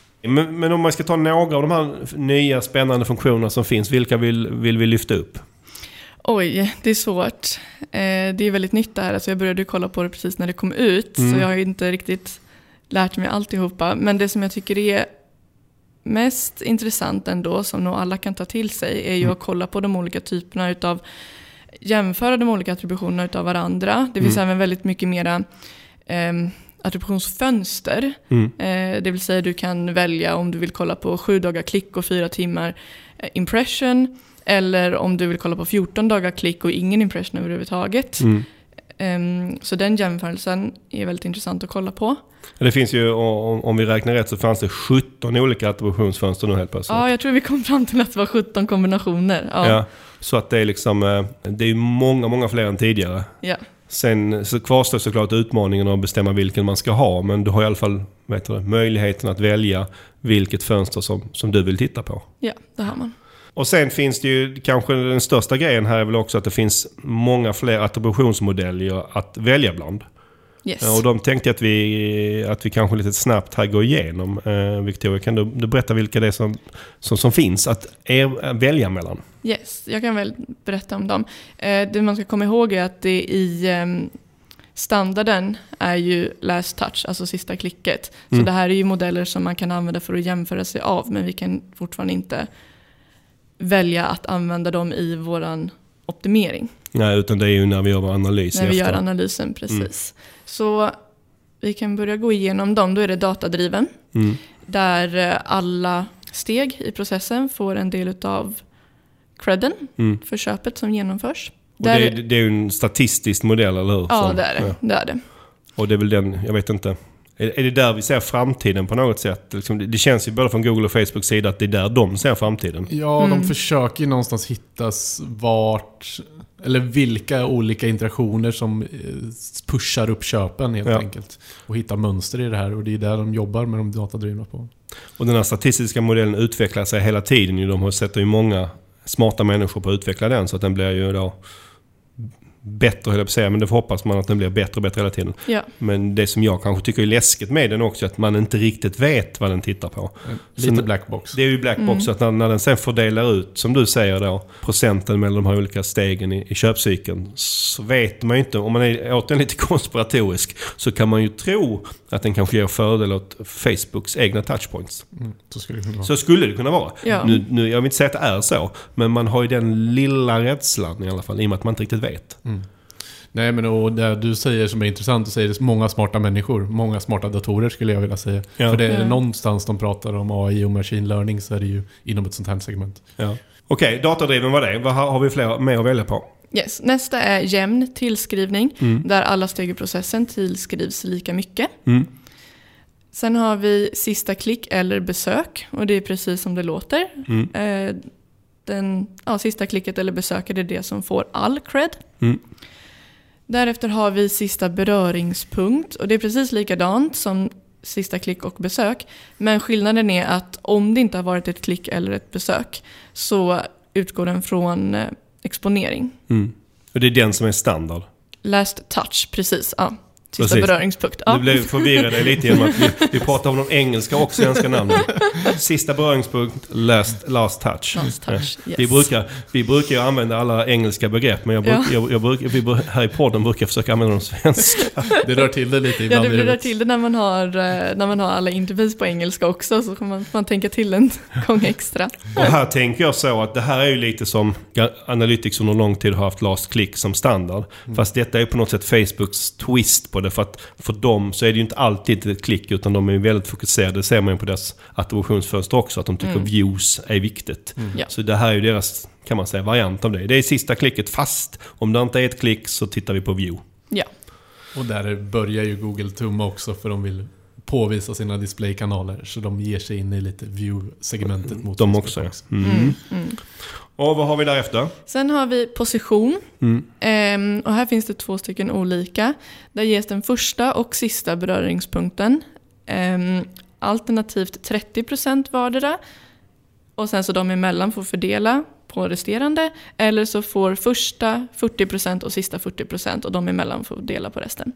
Men om man ska ta några av de här nya spännande funktionerna som finns, vilka vill vi lyfta upp? Oj, det är svårt. Det är väldigt nytt det här. Alltså jag började kolla på det precis när det kom ut. Så jag har inte riktigt lärt mig alltihopa. Men det som jag tycker är mest intressant ändå, som nog alla kan ta till sig, är ju att kolla på de olika typerna utav, jämföra de olika attributionerna utav varandra. Det finns även väldigt mycket mera attributionsfönster. Det vill säga du kan välja om du vill kolla på 7 dagar klick och 4 timmar impression, eller om du vill kolla på 14 dagar klick och ingen impression överhuvudtaget. Så den jämförelsen är väldigt intressant att kolla på. Det finns ju, om vi räknar rätt, så fanns det 17 olika attributionsfönster nu helt plötsligt. Ja, jag tror vi kom fram till att det var 17 kombinationer. Ja. Så att det är liksom, det är många fler än tidigare. Ja. Sen så kvarstår såklart utmaningen att bestämma vilken man ska ha, men du har i alla fall möjligheten att välja vilket fönster som du vill titta på. Ja, det har man. Och sen finns det ju kanske den största grejen här är väl också att det finns många fler attributionsmodeller att välja bland. Yes. Och de tänkte att vi kanske lite snabbt här går igenom. Victoria, kan du berätta vilka det är som finns att välja mellan? Yes, jag kan väl berätta om dem. Det man ska komma ihåg är att det i standarden är ju last touch, alltså sista klicket. Så det här är ju modeller som man kan använda för att jämföra sig av, men vi kan fortfarande inte välja att använda dem i våran optimering. Nej, utan det är ju när vi gör vår analys. När vi gör analysen, precis. Så vi kan börja gå igenom dem. Då är det datadriven. Där alla steg i processen får en del av credden för köpet som genomförs. Och det är ju en statistisk modell, eller hur? Ja, det är det. Det är det. Och det är väl den, jag vet inte. Är det där vi ser framtiden på något sätt? Det känns ju både från Google och Facebook sida att det är där de ser framtiden. Ja, de försöker ju någonstans hittas eller vilka olika interaktioner som pushar upp köpen helt enkelt. Och hitta mönster i det här. Och det är där de jobbar med de datadrivna på. Och den här statistiska modellen utvecklar sig hela tiden. De har sett ju många smarta människor på att utveckla den, så att den blir ju då bättre, höll jag på att säga, men det hoppas man att den blir bättre och bättre hela tiden. Ja. Men det som jag kanske tycker är läskigt med den också, att man inte riktigt vet vad den tittar på. Lite blackbox. Det är ju blackbox, att när den sen fördelar ut, som du säger då, procenten mellan de här olika stegen i köpcykeln, så vet man ju inte, om man är återigen lite konspiratorisk, så kan man ju tro att den kanske ger fördel åt Facebooks egna touchpoints. Så skulle det kunna vara. Ja. Nu, jag vill inte säga att det är så, men man har ju den lilla rädslan i alla fall, i och med att man inte riktigt vet. Nej, men och det du säger som är intressant, du säger många smarta människor, många smarta datorer skulle jag vilja säga. Ja. För det är någonstans de pratar om AI och machine learning, så är det ju inom ett sånt här segment. Ja. Okej, datadriven var det. Vad har vi fler med att välja på? Yes. Nästa är jämn tillskrivning, där alla steg i processen tillskrivs lika mycket. Sen har vi sista klick eller besök, och det är precis som det låter. Sista klicket eller besöket är det som får all cred. Därefter har vi sista beröringspunkt, och det är precis likadant som sista klick och besök. Men skillnaden är att om det inte har varit ett klick eller ett besök, så utgår den från exponering. Och det är den som är standard? Last touch, precis. Ja. Sista beröringspunkt. Ja. Du blev förvirrad lite genom att vi pratar om de engelska och svenska namnen. Sista beröringspunkt, last touch. Last touch, yes. Vi brukar ju använda alla engelska begrepp, men här i podden brukar jag försöka använda de svenska. Det rör till det lite ibland. Ja, det rör till det när man har alla interviews på engelska också, så kan man tänka till en gång extra. Och här tänker jag så att det här är ju lite som Analytics under lång tid har haft last click som standard. Fast detta är på något sätt Facebooks twist på det, för att för dem så är det ju inte alltid ett klick, utan de är ju väldigt fokuserade. Det ser man ju på deras attributionsfönster också, att de tycker views är viktigt. Så det här är ju deras, kan man säga, variant av det. Det är sista klicket, fast om det inte är ett klick så tittar vi på view. Ja. Och där börjar ju Google tumma också, för de vill påvisa sina displaykanaler, så de ger sig in i lite view-segmentet mot de också. Och vad har vi därefter? Sen har vi position. Och här finns det 2 stycken olika. Där ges den första och sista beröringspunkten. Alternativt 30% vardera. Och sen så de emellan får fördela på resterande. Eller så får första 40% och sista 40%, och de emellan får dela på resten.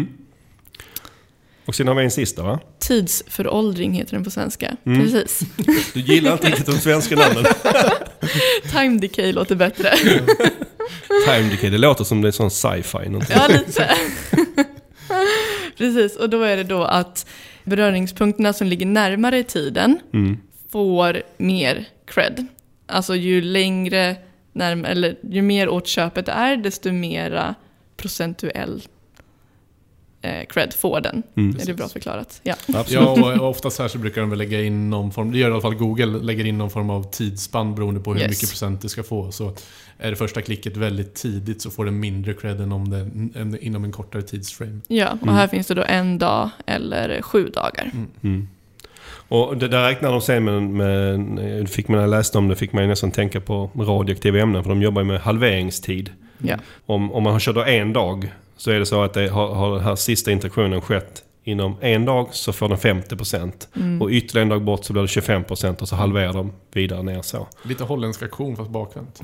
Och sen har vi en sista, va? Tidsföråldring heter den på svenska. Precis. Du gillar inte riktigt de svenska namnen. Time decay låter bättre. Time decay, det låter som det är sån sci-fi. Någonting. Ja, lite. Precis, och då är det då att beröringspunkterna som ligger närmare i tiden får mer cred. Alltså ju längre eller ju mer åt köpet är, desto mera procentuell cred får den. Är det bra förklarat? Ja. Ja, och oftast här så brukar de väl lägga in någon form, det gör i alla fall Google, lägger in någon form av tidsspann beroende på hur mycket procent det ska få. Så är det första klicket väldigt tidigt så får den mindre cred än om det inom en kortare tidsframe. Ja, och här finns det då 1 dag eller 7 dagar. Och det där räknar de sen med fick man läsa om det, fick man nästan tänka på radioaktiva ämnen, för de jobbar med halveringstid. Ja. Om man har kört 1 dag så är det så att det har den här sista interaktionen skett inom 1 dag så får den 50%. Och ytterligare 1 dag bort så blir det 25% och så halverar de vidare ner så. Lite holländsk aktion fast bakvänt.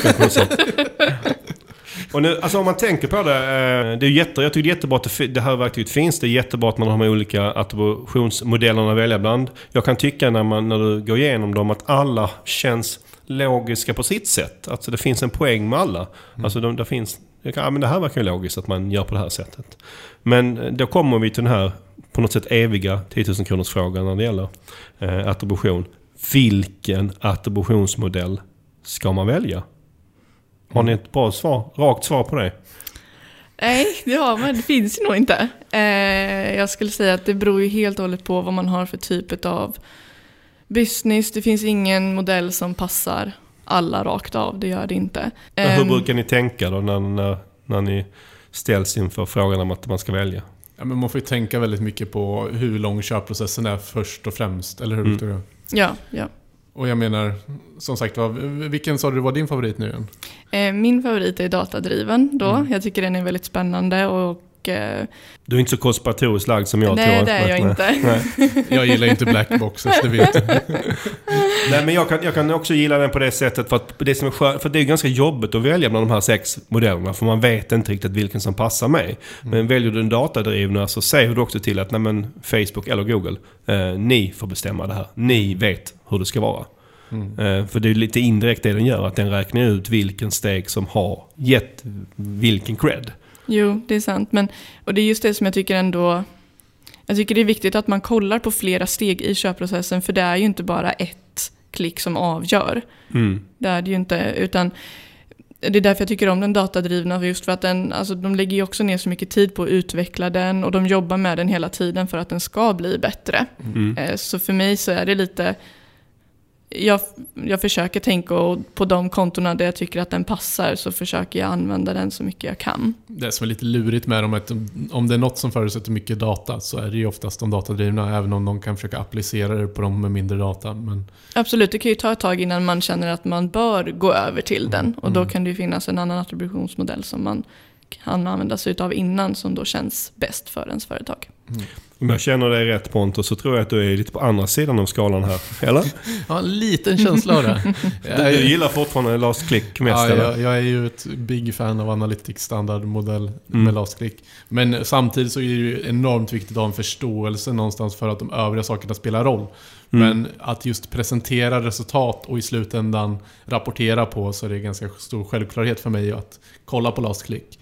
Och nu, alltså om man tänker på det, det är jag tycker det är jättebra att det här verktyget finns. Det är jättebra att man har de olika attributionsmodellerna att välja bland. Jag kan tycka när du går igenom dem att alla känns logiska på sitt sätt. Alltså det finns en poäng med alla. Alltså det finns, men det här verkar ju logiskt att man gör på det här sättet. Men då kommer vi till den här på något sätt eviga 10 000 kronors frågan när det gäller attribution. Vilken attributionsmodell ska man välja? Har ni ett bra svar, rakt svar på det? Nej, det finns ju nog inte. Jag skulle säga att det beror ju helt och hållet på vad man har för typ av business. Det finns ingen modell som passar alla rakt av, det gör det inte. Hur brukar ni tänka då när ni ställs inför frågan om att man ska välja? Ja, men man får ju tänka väldigt mycket på hur lång körprocessen är först och främst, eller hur Victoria? Ja. Och jag menar, som sagt, vilken sa du var din favorit nu igen? Min favorit är datadriven då. Jag tycker den är väldigt spännande och... Du är inte så konspiratoriskt lagd som jag tror. Nej, det är jag inte. Jag gillar inte blackboxes, det vet du. Nej, men jag kan också gilla den på det sättet för att det som är skönt, för det är ganska jobbigt att välja bland de här 6 modellerna för man vet inte riktigt vilken som passar mig. Men väljer du en datadrivna så säger du också till att Facebook eller Google, ni får bestämma det här. Ni vet hur det ska vara. För det är lite indirekt det den gör, att den räknar ut vilken steg som har gett vilken cred. Jo, det är sant. Och det är just det som jag tycker ändå... Jag tycker det är viktigt att man kollar på flera steg i köpprocessen. För det är ju inte bara ett klick som avgör. Det är det ju inte. Utan det är därför jag tycker om den datadrivna. Just för att de lägger ju också ner så mycket tid på att utveckla den. Och de jobbar med den hela tiden för att den ska bli bättre. Så för mig så är det lite... Jag försöker tänka på de kontona där jag tycker att den passar, så försöker jag använda den så mycket jag kan. Det som är lite lurigt med dem är att om det är något som förutsätter mycket data så är det ju oftast de datadrivna, även om de kan försöka applicera det på dem med mindre data. Men... Absolut, det kan ju ta ett tag innan man känner att man bör gå över till den. Och då kan det ju finnas en annan attributionsmodell som man kan använda sig av innan, som då känns bäst för ens företag. Om jag känner dig rätt, Pontus, så tror jag att du är lite på andra sidan av skalan här, eller? Ja, en liten känsla av det. Du gillar fortfarande Last Click mest, ja, eller? Jag är ju ett big fan av Analytics standardmodell med Last Click. Men samtidigt så är det ju enormt viktigt att ha en förståelse någonstans för att de övriga sakerna spelar roll. Men att just presentera resultat och i slutändan rapportera på, så är det ganska stor självklarhet för mig att kolla på Last Click.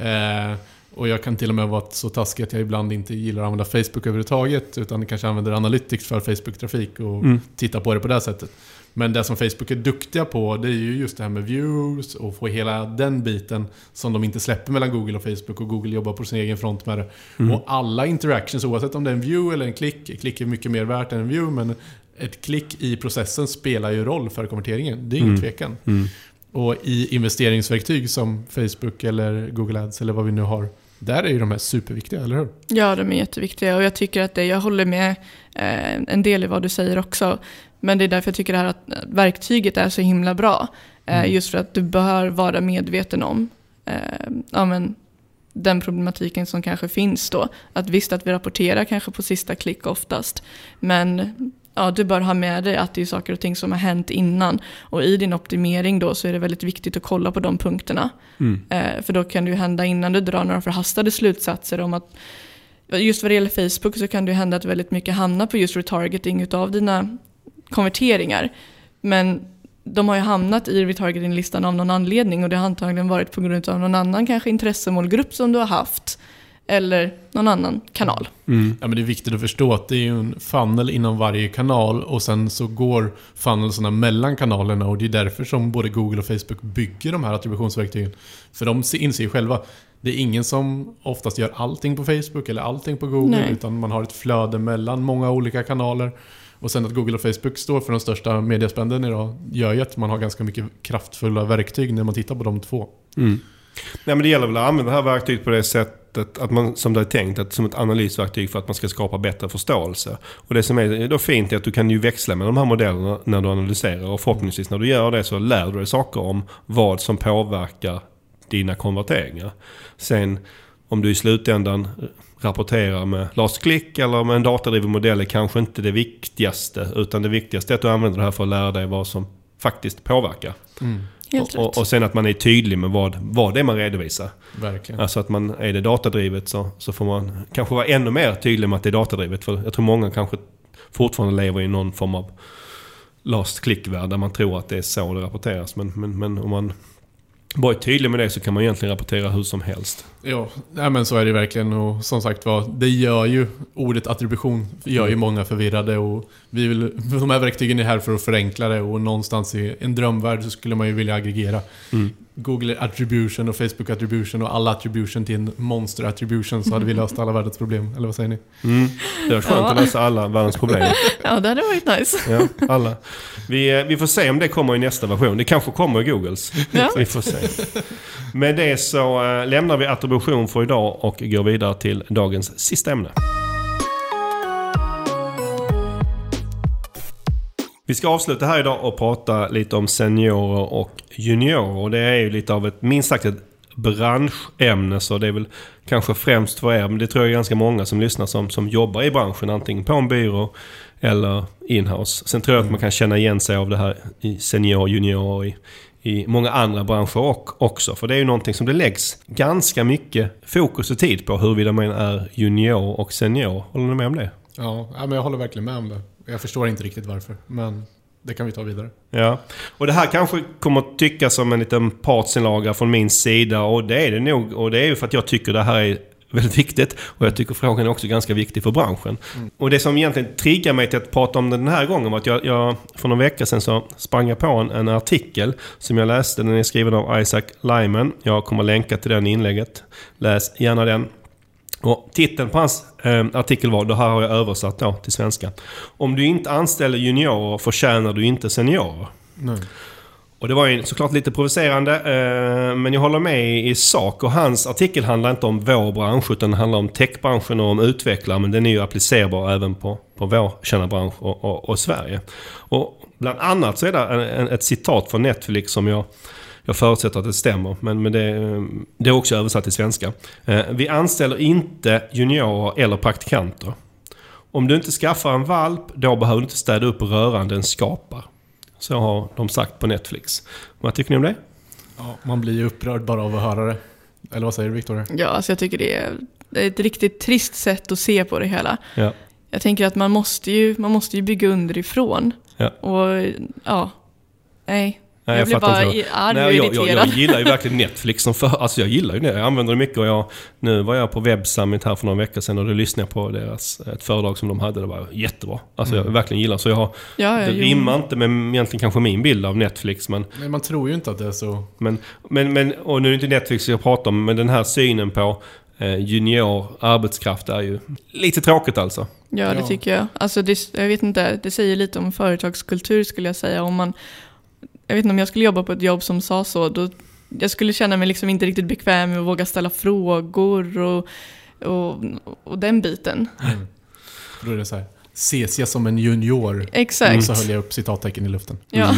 Och jag kan till och med vara så taskig att jag ibland inte gillar att använda Facebook överhuvudtaget, utan kanske använder Analytics för Facebook-trafik och titta på det på det sättet. Men det som Facebook är duktiga på, det är ju just det här med views och få hela den biten som de inte släpper mellan Google och Facebook, och Google jobbar på sin egen front med det. Och alla interactions, oavsett om det är en view eller en klick är mycket mer värt än en view, men ett klick i processen spelar ju roll för konverteringen. Det är ingen tvekan. Och i investeringsverktyg som Facebook eller Google Ads eller vad vi nu har, där är ju de här superviktiga, eller hur? Ja, de är jätteviktiga, och jag tycker att jag håller med en del i vad du säger också. Men det är därför jag tycker det här att verktyget är så himla bra. Just för att du bör vara medveten om den problematiken som kanske finns då. Att visst att vi rapporterar kanske på sista klick oftast. Men du bör ha med dig att det är saker och ting som har hänt innan. Och i din optimering då så är det väldigt viktigt att kolla på de punkterna. För då kan det ju hända innan du drar några förhastade slutsatser om att just vad det gäller Facebook så kan det ju hända att väldigt mycket hamnar på just retargeting utav dina konverteringar. Men de har ju hamnat i retargeting-listan av någon anledning, och det har antagligen varit på grund av någon annan kanske intressemålgrupp som du har haft, eller någon annan kanal. Ja, men det är viktigt att förstå att det är ju en funnel inom varje kanal, och sen så går funnelsarna mellan kanalerna, och det är därför som både Google och Facebook bygger de här attributionsverktygen. För de inser ju själva, Det är ingen som oftast gör allting på Facebook eller allting på Google. Nej. Utan man har ett flöde mellan många olika kanaler. Och sen att Google och Facebook står för de största mediaspänden idag gör ju att man har ganska mycket kraftfulla verktyg när man tittar på de två. Nej, men det gäller väl att använda det här verktyget på det sättet att man, som det är tänkt, att som ett analysverktyg för att man ska skapa bättre förståelse. Och det som är då fint är att du kan ju växla med de här modellerna när du analyserar, och förhoppningsvis när du gör det så lär du dig saker om vad som påverkar dina konverteringar. Sen om du i slutändan rapporterar med last click eller med en datadriven modell är kanske inte det viktigaste, utan det viktigaste är att du använder det här för att lära dig vad som faktiskt påverkar. Helt rätt. Och sen att man är tydlig med vad det är man redovisar. Verkligen. Alltså att man är det datadrivet så får man kanske vara ännu mer tydlig med att det är datadrivet. För jag tror många kanske fortfarande lever i någon form av last click-värld där man tror att det är så det rapporteras. Men om man bara är tydlig med det så kan man egentligen rapportera hur som helst. Ja, men så är det verkligen. Och som sagt det gör ju ordet attribution gör ju många förvirrade, och de här verktygen är här för att förenkla det, och någonstans i en drömvärld så skulle man ju vilja aggregera Google attribution och Facebook attribution och alla attribution till en monster attribution, så hade vi löst alla världens problem, eller vad säger ni? Det är skönt att lösa alla världens problem. Ja, det hade varit nice. Ja, alla. Vi får se om det kommer i nästa version. Det kanske kommer i Googles. Ja. Vi får se. Med det så lämnar vi attribution för idag och går vidare till dagens sista ämne. Vi ska avsluta här idag och prata lite om seniorer och juniorer. Det är ju lite av ett, minst sagt, ett branschämne, så det är väl kanske främst för er, men det tror jag är ganska många som lyssnar som jobbar i branschen, antingen på en byrå eller inhouse. Sen tror jag att man kan känna igen sig av det här i senior, junior i många andra branscher också. För det är ju någonting som det läggs ganska mycket fokus och tid på, huruvida man är junior och senior. Håller ni med om det? Ja, men jag håller verkligen med om det. Jag förstår inte riktigt varför, men det kan vi ta vidare. Ja, och det här kanske kommer att tyckas som en liten partsinlaga från min sida, och det är det nog. Och det är ju för att jag tycker det här är väldigt viktigt, och jag tycker frågan är också ganska viktig för branschen. Och det som egentligen triggar mig till att prata om den här gången var att jag för någon vecka sedan så sprang jag på en artikel som jag läste. Den är skriven av Isaac Lyman. Jag kommer länka till den i inlägget. Läs gärna den. Och titeln på hans artikel var, det här har jag översatt då till svenska: om du inte anställer juniorer förtjänar du inte seniorer. Nej. Och det var ju såklart lite provocerande, men jag håller med i sak. Och hans artikel handlar inte om vår bransch, utan det handlar om techbranschen och om utvecklare. Men den är ju applicerbar även på vår känna och Sverige. Och bland annat så är det ett citat från Netflix som jag förutsätter att det stämmer, men det är också översatt till svenska. Vi anställer inte juniorer eller praktikanter. Om du inte skaffar en valp, då behöver du inte städa upp rörande en skapar. Så har de sagt på Netflix. Vad tycker ni om det? Ja, man blir ju upprörd bara av att höra det. Eller vad säger du, Victoria? Ja, alltså jag tycker det är ett riktigt trist sätt att se på det hela. Ja. Jag tänker att man måste ju bygga underifrån. Ja. Och ja, nej. Nej, jag blir bara arg och irriterad. Jag gillar ju verkligen Netflix som alltså jag gillar ju det. Jag använder det mycket, och nu var jag på Web Summit här för några veckor sedan och då lyssnade jag på ett föredrag som de hade. Det var jättebra. Alltså jag verkligen gillar, så det rimmar inte med egentligen kanske min bild av Netflix, men man tror ju inte att det är så. Men och nu är det inte Netflix jag pratar om, men den här synen på junior arbetskraft är ju lite tråkigt alltså. Ja, det tycker jag. Alltså jag vet inte, det säger lite om företagskultur skulle jag säga. Jag vet inte om jag skulle jobba på ett jobb som sa så, då jag skulle känna mig liksom inte riktigt bekväm med att våga ställa frågor och den biten. Då är det så här, ses jag som en junior? Exakt. Så höll jag upp citattecken i luften. Ja.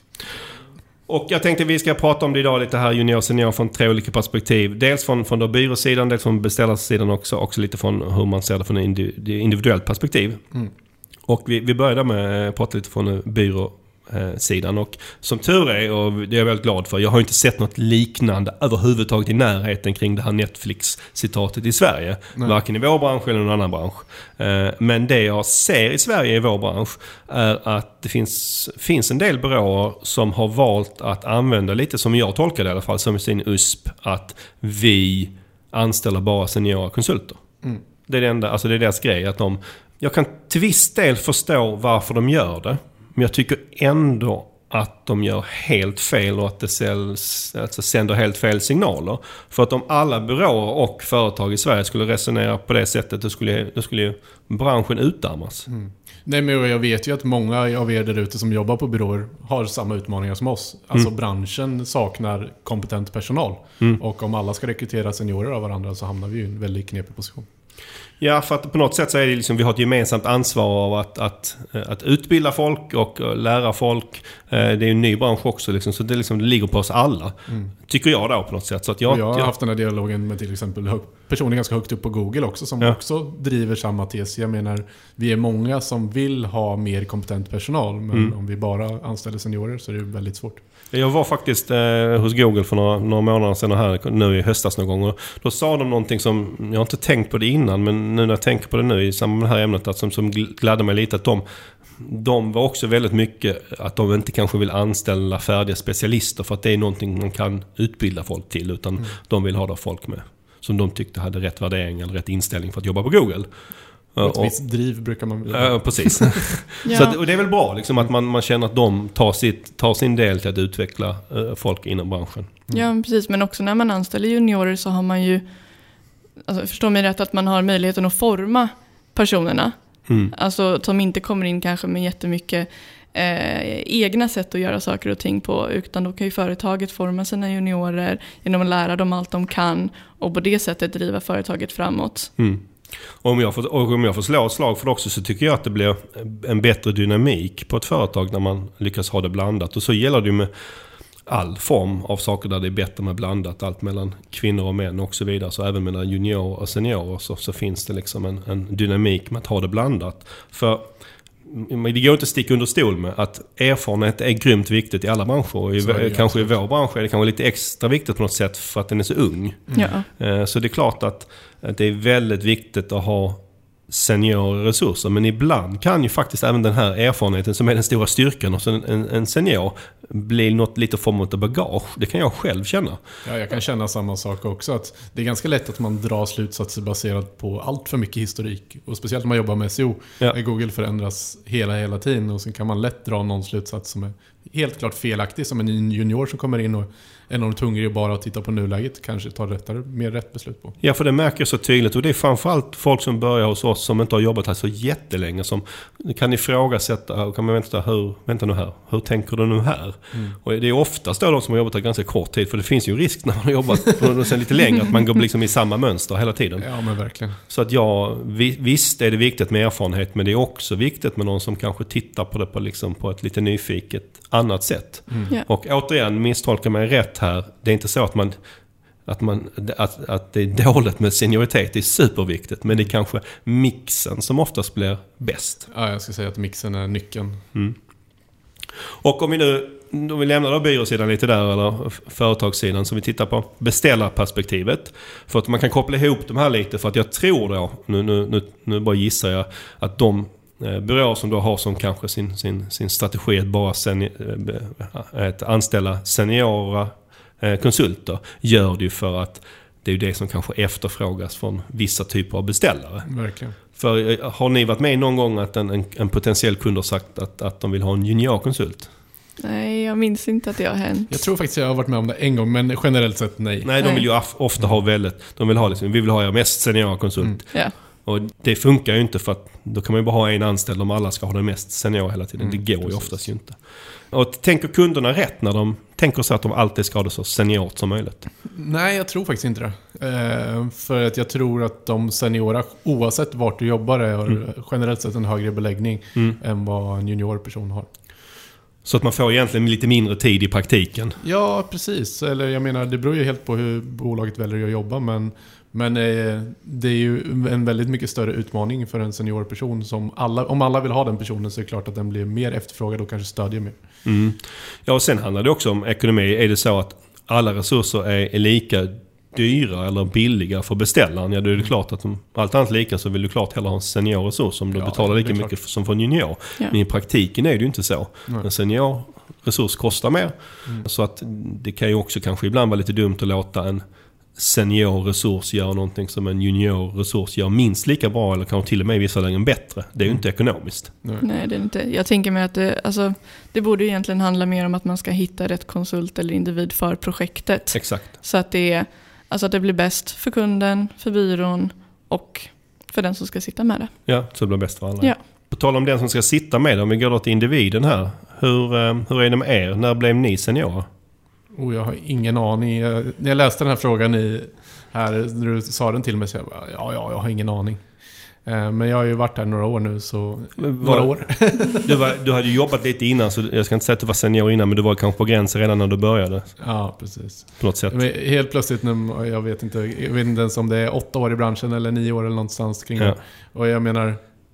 Och jag tänkte vi ska prata om det idag lite här, junior och senior, från tre olika perspektiv. Dels från då byråsidan, dels från beställarsidan också lite från hur man ser det från ett individuellt perspektiv. Och vi börjar med att prata lite från byråsidan. Och som tur är, och det är jag väldigt glad för, jag har inte sett något liknande överhuvudtaget i närheten kring det här Netflix-citatet i Sverige. Nej. Varken i vår bransch eller någon annan bransch. Men det jag ser i Sverige i vår bransch är att det finns en del byråer som har valt att använda lite, som jag tolkar det i alla fall, som sin USP, att vi anställer bara seniora konsulter. Det är det enda, alltså det är deras grej, att jag kan till viss del förstå varför de gör det. Men jag tycker ändå att de gör helt fel och att det sänder helt fel signaler. För att om alla byråer och företag i Sverige skulle resonera på det sättet, då skulle ju branschen utarmas. Nej, men jag vet ju att många av er där ute som jobbar på byråer har samma utmaningar som oss. Alltså branschen saknar kompetent personal. Och om alla ska rekrytera seniorer av varandra så hamnar vi i en väldigt knepig position. Ja, för att på något sätt så är det liksom, vi har ett gemensamt ansvar av att utbilda folk och lära folk. Det är en ny bransch också liksom, så det ligger på oss alla. Tycker jag då på något sätt. Så att jag har haft den här dialogen med till exempel personer ganska högt upp på Google också som också driver samma tes. Jag menar, vi är många som vill ha mer kompetent personal, men om vi bara anställer seniorer så är det väldigt svårt. Jag var faktiskt hos Google för några månader sedan här, nu i höstas någon gång. Och då sa de någonting som jag inte tänkt på det innan, men nu när jag tänker på det nu i samband med det här ämnet, att som gladde mig lite, att de var också väldigt mycket att de inte kanske vill anställa färdiga specialister för att det är någonting man kan utbilda folk till, utan de vill ha då folk med som de tyckte hade rätt värdering eller rätt inställning för att jobba på Google. Ett visst driv brukar man vilja. Ja, precis. Så och det är väl bra liksom, att man känner att de tar sin del till att utveckla folk inom branschen. Ja, precis. Men också när man anställer juniorer så har man ju, alltså, förstår mig rätt, att man har möjligheten att forma personerna. Alltså som inte kommer in kanske med jättemycket egna sätt att göra saker och ting på, utan då kan ju företaget forma sina juniorer genom att lära dem allt de kan och på det sättet driva företaget framåt. Och om jag får slå ett slag för det också, så tycker jag att det blir en bättre dynamik på ett företag när man lyckas ha det blandat. Och så gäller det ju med all form av saker där det är bättre med blandat. Allt mellan kvinnor och män och så vidare. Så även mellan juniorer och seniorer så finns det liksom en dynamik med att ha det blandat. För det går inte att sticka under stol med att erfarenhet är grymt viktigt i alla branscher. Kanske i vår bransch är det kanske lite extra viktigt på något sätt för att den är så ung. Så det är klart att det är väldigt viktigt att ha seniorresurser. Men ibland kan ju faktiskt även den här erfarenheten som är den stora styrkan hos en senior bli något lite form av bagage. Det kan jag själv känna. Ja, jag kan känna samma sak också. Att det är ganska lätt att man drar slutsatser baserat på allt för mycket historik. Och speciellt när man jobbar med SEO. När Google förändras hela tiden. Och sen kan man lätt dra någon slutsats som är helt klart felaktig. Som en junior som kommer in och enormt hungrig och bara tittar på nuläget kanske tar mer rätt beslut på. Ja, för det märker jag så tydligt. Och det är framförallt folk som börjar hos oss som inte har jobbat här så jättelänge. Som kan ifrågasätta, kan man vänta nu här. Hur tänker du nu här? Och det är oftast då de som har jobbat här ganska kort tid. För det finns ju risk när man har jobbat sen lite längre att man går liksom i samma mönster hela tiden. Ja, men verkligen. Så att visst är det viktigt med erfarenhet, men det är också viktigt med någon som kanske tittar på det på ett lite nyfiket annat sätt. Och återigen, misstolkar mig rätt här. Det är inte så att det är dåligt med senioritet. Det är superviktigt, men det är kanske mixen som oftast blir bäst. Ja, jag ska säga att mixen är nyckeln. Och om vi lämnar då byråsidan lite där, eller företagssidan, så vi tittar på beställarperspektivet. För att man kan koppla ihop de här lite, för att jag tror då, nu bara gissar jag, att de byråer som då har som kanske sin strategi att bara att anställa seniora konsulter, gör det ju för att det är ju det som kanske efterfrågas från vissa typer av beställare. Verkligen. För har ni varit med någon gång att en potentiell kund har sagt att de vill ha en juniorkonsult? Nej, jag minns inte att det har hänt. Jag tror faktiskt jag har varit med om det en gång, men generellt sett nej. Nej, de vill ju ofta ha vi vill ha er mest seniora konsult. Och det funkar ju inte, för att då kan man ju bara ha en anställd om alla ska ha den mest senior hela tiden. Det går ju oftast ju inte. Och tänker kunderna rätt när de tänker så att de alltid ska ha det så seniort som möjligt? Nej, jag tror faktiskt inte det. För att jag tror att de seniora, oavsett vart du jobbar, har generellt sett en högre beläggning än vad en juniorperson har. Så att man får egentligen lite mindre tid i praktiken? Ja, precis. Eller jag menar, det beror ju helt på hur bolaget väljer att jobba, men det är ju en väldigt mycket större utmaning för en seniorperson som om alla vill ha den personen, så är det klart att den blir mer efterfrågad och kanske stödjer mer. Ja, och sen handlar det också om ekonomi. Är det så att alla resurser är lika dyra eller billiga för beställaren, ja, då är det klart att allt annat lika så vill du klart hellre ha en seniorresurs som du betalar lika mycket som för en junior. Men i praktiken är det ju inte så. En seniorresurs kostar mer. Så att det kan ju också kanske ibland vara lite dumt att låta seniorresurs gör någonting som en juniorresurs gör minst lika bra eller kanske till och med i vissa lägen bättre. Det är ju inte ekonomiskt. Nej, det är inte. Jag tänker mig att det borde egentligen handla mer om att man ska hitta rätt konsult eller individ för projektet. Exakt. Så att att det blir bäst för kunden, för byrån och för den som ska sitta med det. Ja, så det blir bäst för alla. Ja. På tal om den som ska sitta med det, om vi går då till individen här. Hur är det med er? När blev ni seniorer? Jag har ingen aning. När jag läste den här frågan när du sa den till mig så jag bara, jag har ingen aning. Men jag har ju varit här några år nu, så några år. Du hade ju jobbat lite innan, så jag ska inte säga att du var senior innan, men du var kanske på gränsen redan när du började. Ja, precis. På något sätt. Men helt plötsligt, jag vet inte ens om det är 8 år i branschen eller 9 år eller någonstans kring det. Och jag menar,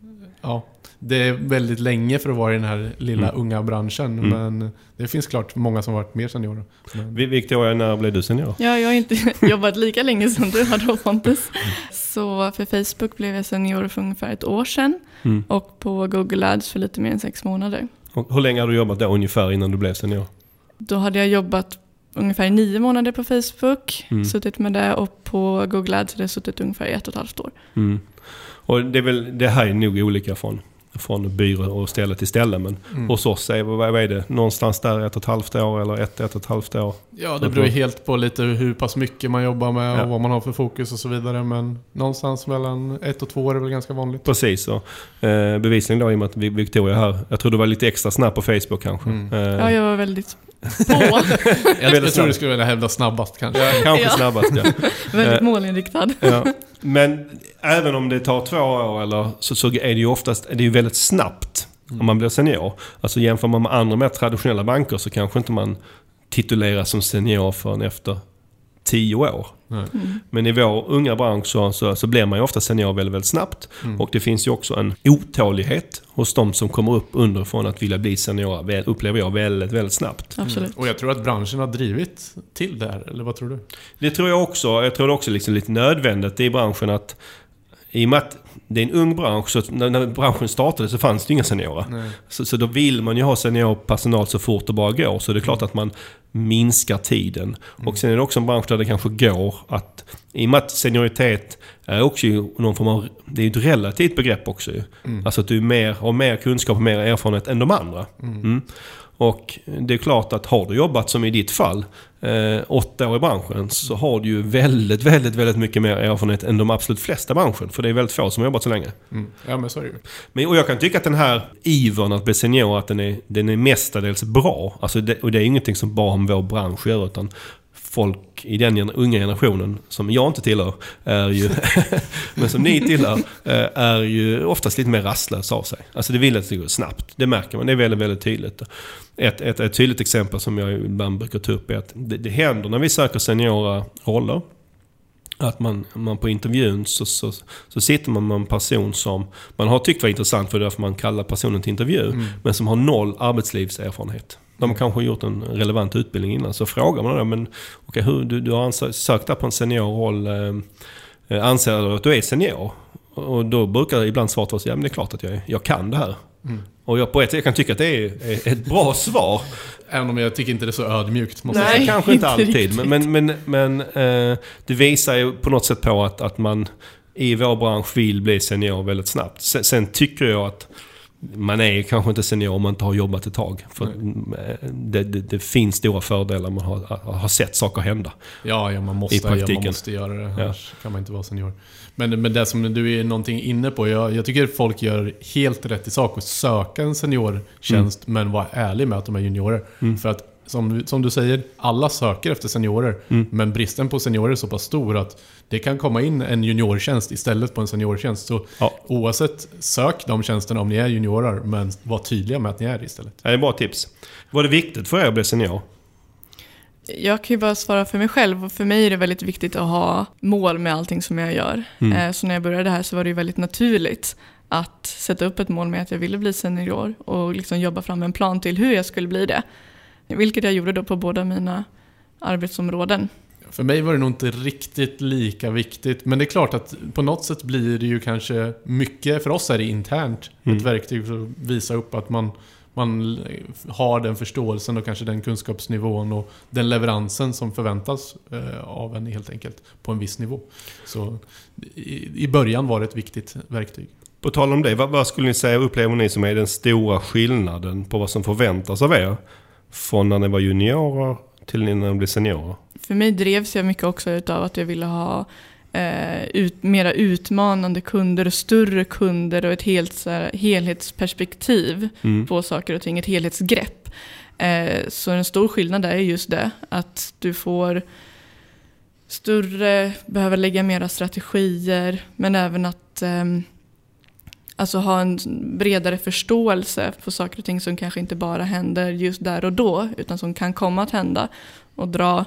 det är väldigt länge för att vara i den här lilla unga branschen. Men det finns klart många som har varit mer seniorer. Victoria, när blev du senior? Ja, jag har inte jobbat lika länge som du har då, Pontus. Så för Facebook blev jag senior för ungefär 1 år sedan. Och på Google Ads för lite mer än 6 månader. Och hur länge har du jobbat då ungefär innan du blev senior? Då hade jag jobbat ungefär 9 månader på Facebook. Suttit med det, och på Google Ads hade jag suttit ungefär 1,5 år. Och det här är nog olika från byrå och ställe till ställe, men hos oss vad är det? Någonstans där 1,5 år eller 1,5 år? Ja, det beror helt på lite hur pass mycket man jobbar med och vad man har för fokus och så vidare, men någonstans mellan 1 och 2 år är väl ganska vanligt. Precis, och bevisligen då i och med att Victoria här, jag tror du var lite extra snabb på Facebook kanske. Ja, jag var väldigt på. jag tror du skulle vilja hävda snabbast kanske. Ja, kanske snabbast, ja. Väldigt målinriktad. Ja. Men även om det tar 2 år eller så är det ju oftast väldigt snabbt om man blir senior. Alltså jämför man med andra mer traditionella banker så kanske inte man tituleras som senior förrän efter 10 år. Men i vår unga bransch så blir man ju ofta senior väldigt, väldigt snabbt. Och det finns ju också en otålighet hos de som kommer upp underifrån att vilja bli senior, upplever jag väldigt, väldigt snabbt. Absolut. Och jag tror att branschen har drivit till det här, eller vad tror du? Det tror jag också. Jag tror det också liksom lite nödvändigt i branschen att i och med att det är en ung bransch, så när branschen startade så fanns det inga seniorer. Så då vill man ju ha seniorpersonal så fort det bara går. Så det är klart att man minskar tiden. Och sen är det också en bransch där det kanske går att, i och med att senioritet är också någon form av, det är ett relativt begrepp också ju. Alltså att du har mer kunskap och mer erfarenhet än de andra. Och det är klart att har du jobbat som i ditt fall 8 år i branschen, så har du ju väldigt, väldigt, väldigt mycket mer erfarenhet än de absolut flesta branschen. För det är väldigt få som har jobbat så länge. Ja, men så är det ju. Och jag kan tycka att den här ivern att bli senior, att den är mestadels bra. Alltså och det är ingenting som bara om vår bransch gör, utan folk i den unga generationen som jag inte tillhör är ju men som ni tillhör är ju oftast lite mer rastlösa av sig. Alltså det vill att det går snabbt. Det märker man. Det är väldigt, väldigt tydligt. Ett tydligt exempel som jag ibland brukar ta upp är att det händer när vi söker seniora roller att man på intervjun så sitter man med en person som man har tyckt var intressant, för det är därför man kallar personen till intervju, men som har 0 arbetslivserfarenhet. De har kanske gjort en relevant utbildning innan. Så frågar man då, men okej, du har sökt där på en seniorroll, anser du att du är senior? Och då brukar ibland svaret vara så, ja men det är klart att jag kan det här. Och jag på ett sätt kan tycka att det är ett bra svar. Även om jag tycker inte det är så ödmjukt. Nej, kanske inte alltid. Men det visar ju på något sätt på att man i vår bransch vill bli senior väldigt snabbt. Sen tycker jag att man är kanske inte senior om man inte har jobbat ett tag. För det finns stora fördelar man har sett saker hända. Ja, man måste göra det. Annars kan man inte vara senior. Men det som du är någonting inne på, jag tycker folk gör helt rätt i sak att söka en seniortjänst, men vara ärlig med att de är juniorer. För att som du säger, alla söker efter seniorer, men bristen på seniorer är så pass stor att det kan komma in en juniortjänst istället på en seniortjänst. Så oavsett, sök de tjänsterna om ni är juniorer, men var tydliga med att ni är det istället. Det är ett bra tips. Var det viktigt för er att bli senior? Jag kan ju bara svara för mig själv, och för mig är det väldigt viktigt att ha mål med allting som jag gör. Så när jag började här så var det ju väldigt naturligt att sätta upp ett mål med att jag ville bli senior och liksom jobba fram en plan till hur jag skulle bli det. Vilket jag gjorde då på båda mina arbetsområden. För mig var det nog inte riktigt lika viktigt. Men det är klart att på något sätt blir det ju kanske mycket, för oss är det internt, ett verktyg för att visa upp att man man har den förståelsen och kanske den kunskapsnivån och den leveransen som förväntas av en helt enkelt på en viss nivå. Så i början var det ett viktigt verktyg. På tal om det, vad skulle ni säga upplever ni som är den stora skillnaden på vad som förväntas av er från när ni var juniorer till när ni blev seniorer? För mig drevs jag mycket också utav att jag ville ha mera utmanande kunder och större kunder och ett helhetsperspektiv på saker och ting, ett helhetsgrepp. Så en stor skillnad är just det, att du får behöver lägga mera strategier, men även att alltså ha en bredare förståelse för saker och ting som kanske inte bara händer just där och då, utan som kan komma att hända, och dra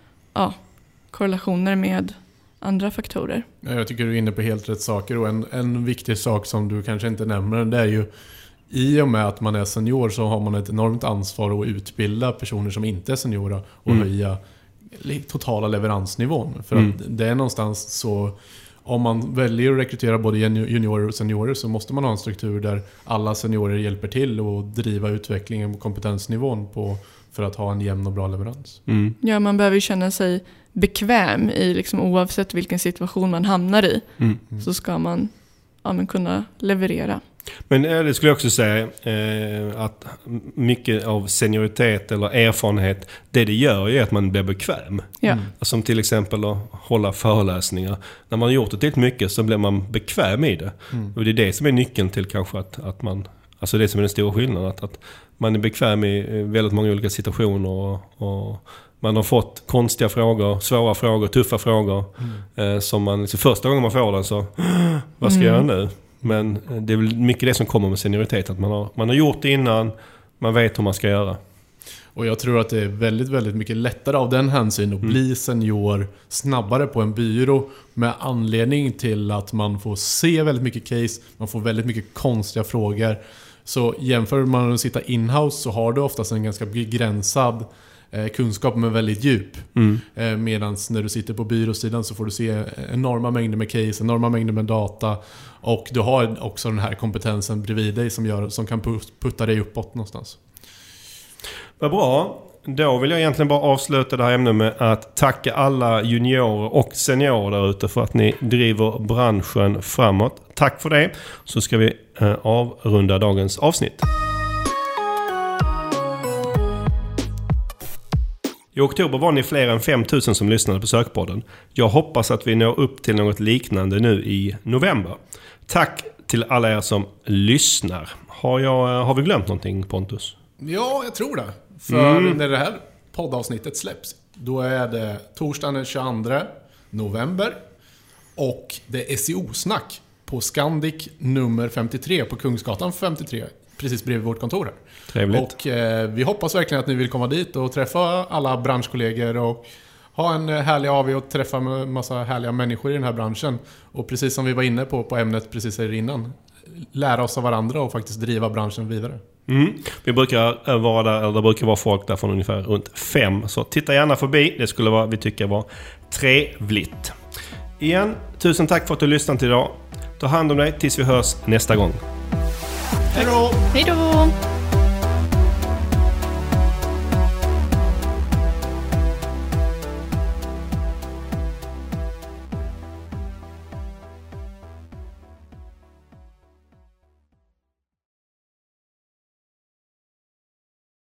korrelationer med andra faktorer. Jag tycker du är inne på helt rätt saker, och en viktig sak som du kanske inte nämner, det är ju i och med att man är senior så har man ett enormt ansvar att utbilda personer som inte är seniora och höja totala leveransnivån. För att det är någonstans så, om man väljer att rekrytera både juniorer och seniorer, så måste man ha en struktur där alla seniorer hjälper till och driva utvecklingen på kompetensnivån för att ha en jämn och bra leverans. Ja, man behöver ju känna sig bekväm i liksom, oavsett vilken situation man hamnar i, så ska man kunna leverera. Men det skulle jag också säga att mycket av senioritet eller erfarenhet, det gör är att man blir bekväm. Ja. Som till exempel att hålla föreläsningar. När man har gjort det till mycket så blir man bekväm i det. Och det är det som är nyckeln till kanske att man, alltså det som är den stora skillnaden, att man är bekväm i väldigt många olika situationer och man har fått konstiga frågor, svåra frågor, tuffa frågor som man liksom, första gången man får den så vad ska jag göra nu? Men det är väl mycket det som kommer med senioritet, att man har gjort det innan, man vet hur man ska göra. Och jag tror att det är väldigt, väldigt mycket lättare av den hänsyn att bli senior snabbare på en byrå, med anledning till att man får se väldigt mycket case, man får väldigt mycket konstiga frågor. Så jämför man att sitta in-house så har du oftast en ganska begränsad kunskap men väldigt djup. Medan när du sitter på byråsidan så får du se enorma mängder med case, enorma mängder med data, och du har också den här kompetensen bredvid dig som kan putta dig uppåt någonstans. Vad bra. Då vill jag egentligen bara avsluta det här ämnet med att tacka alla juniorer och seniorer där ute för att ni driver branschen framåt. Tack för det. Så ska vi avrunda dagens avsnitt. I oktober var ni fler än 5000 som lyssnade på Sökpodden. Jag hoppas att vi når upp till något liknande nu i november. Tack till alla er som lyssnar. Har vi glömt någonting, Pontus? Ja, jag tror det. För när det här poddavsnittet släpps, då är det torsdagen den 22 november. Och det är SEO-snack på Scandic nummer 53 på Kungsgatan 53. Precis bredvid vårt kontor här. Trevligt. Och vi hoppas verkligen att ni vill komma dit och träffa alla branschkollegor och ha en härlig AV och träffa en massa härliga människor i den här branschen. Och precis som vi var inne på ämnet precis här innan, lära oss av varandra och faktiskt driva branschen vidare. Vi brukar vara där, eller det brukar vara folk där från ungefär runt 5. Så titta gärna förbi, det skulle vi tycka var trevligt. Igen, tusen tack för att du lyssnade till idag. Ta hand om dig tills vi hörs nästa gång. Hej då! Hej då!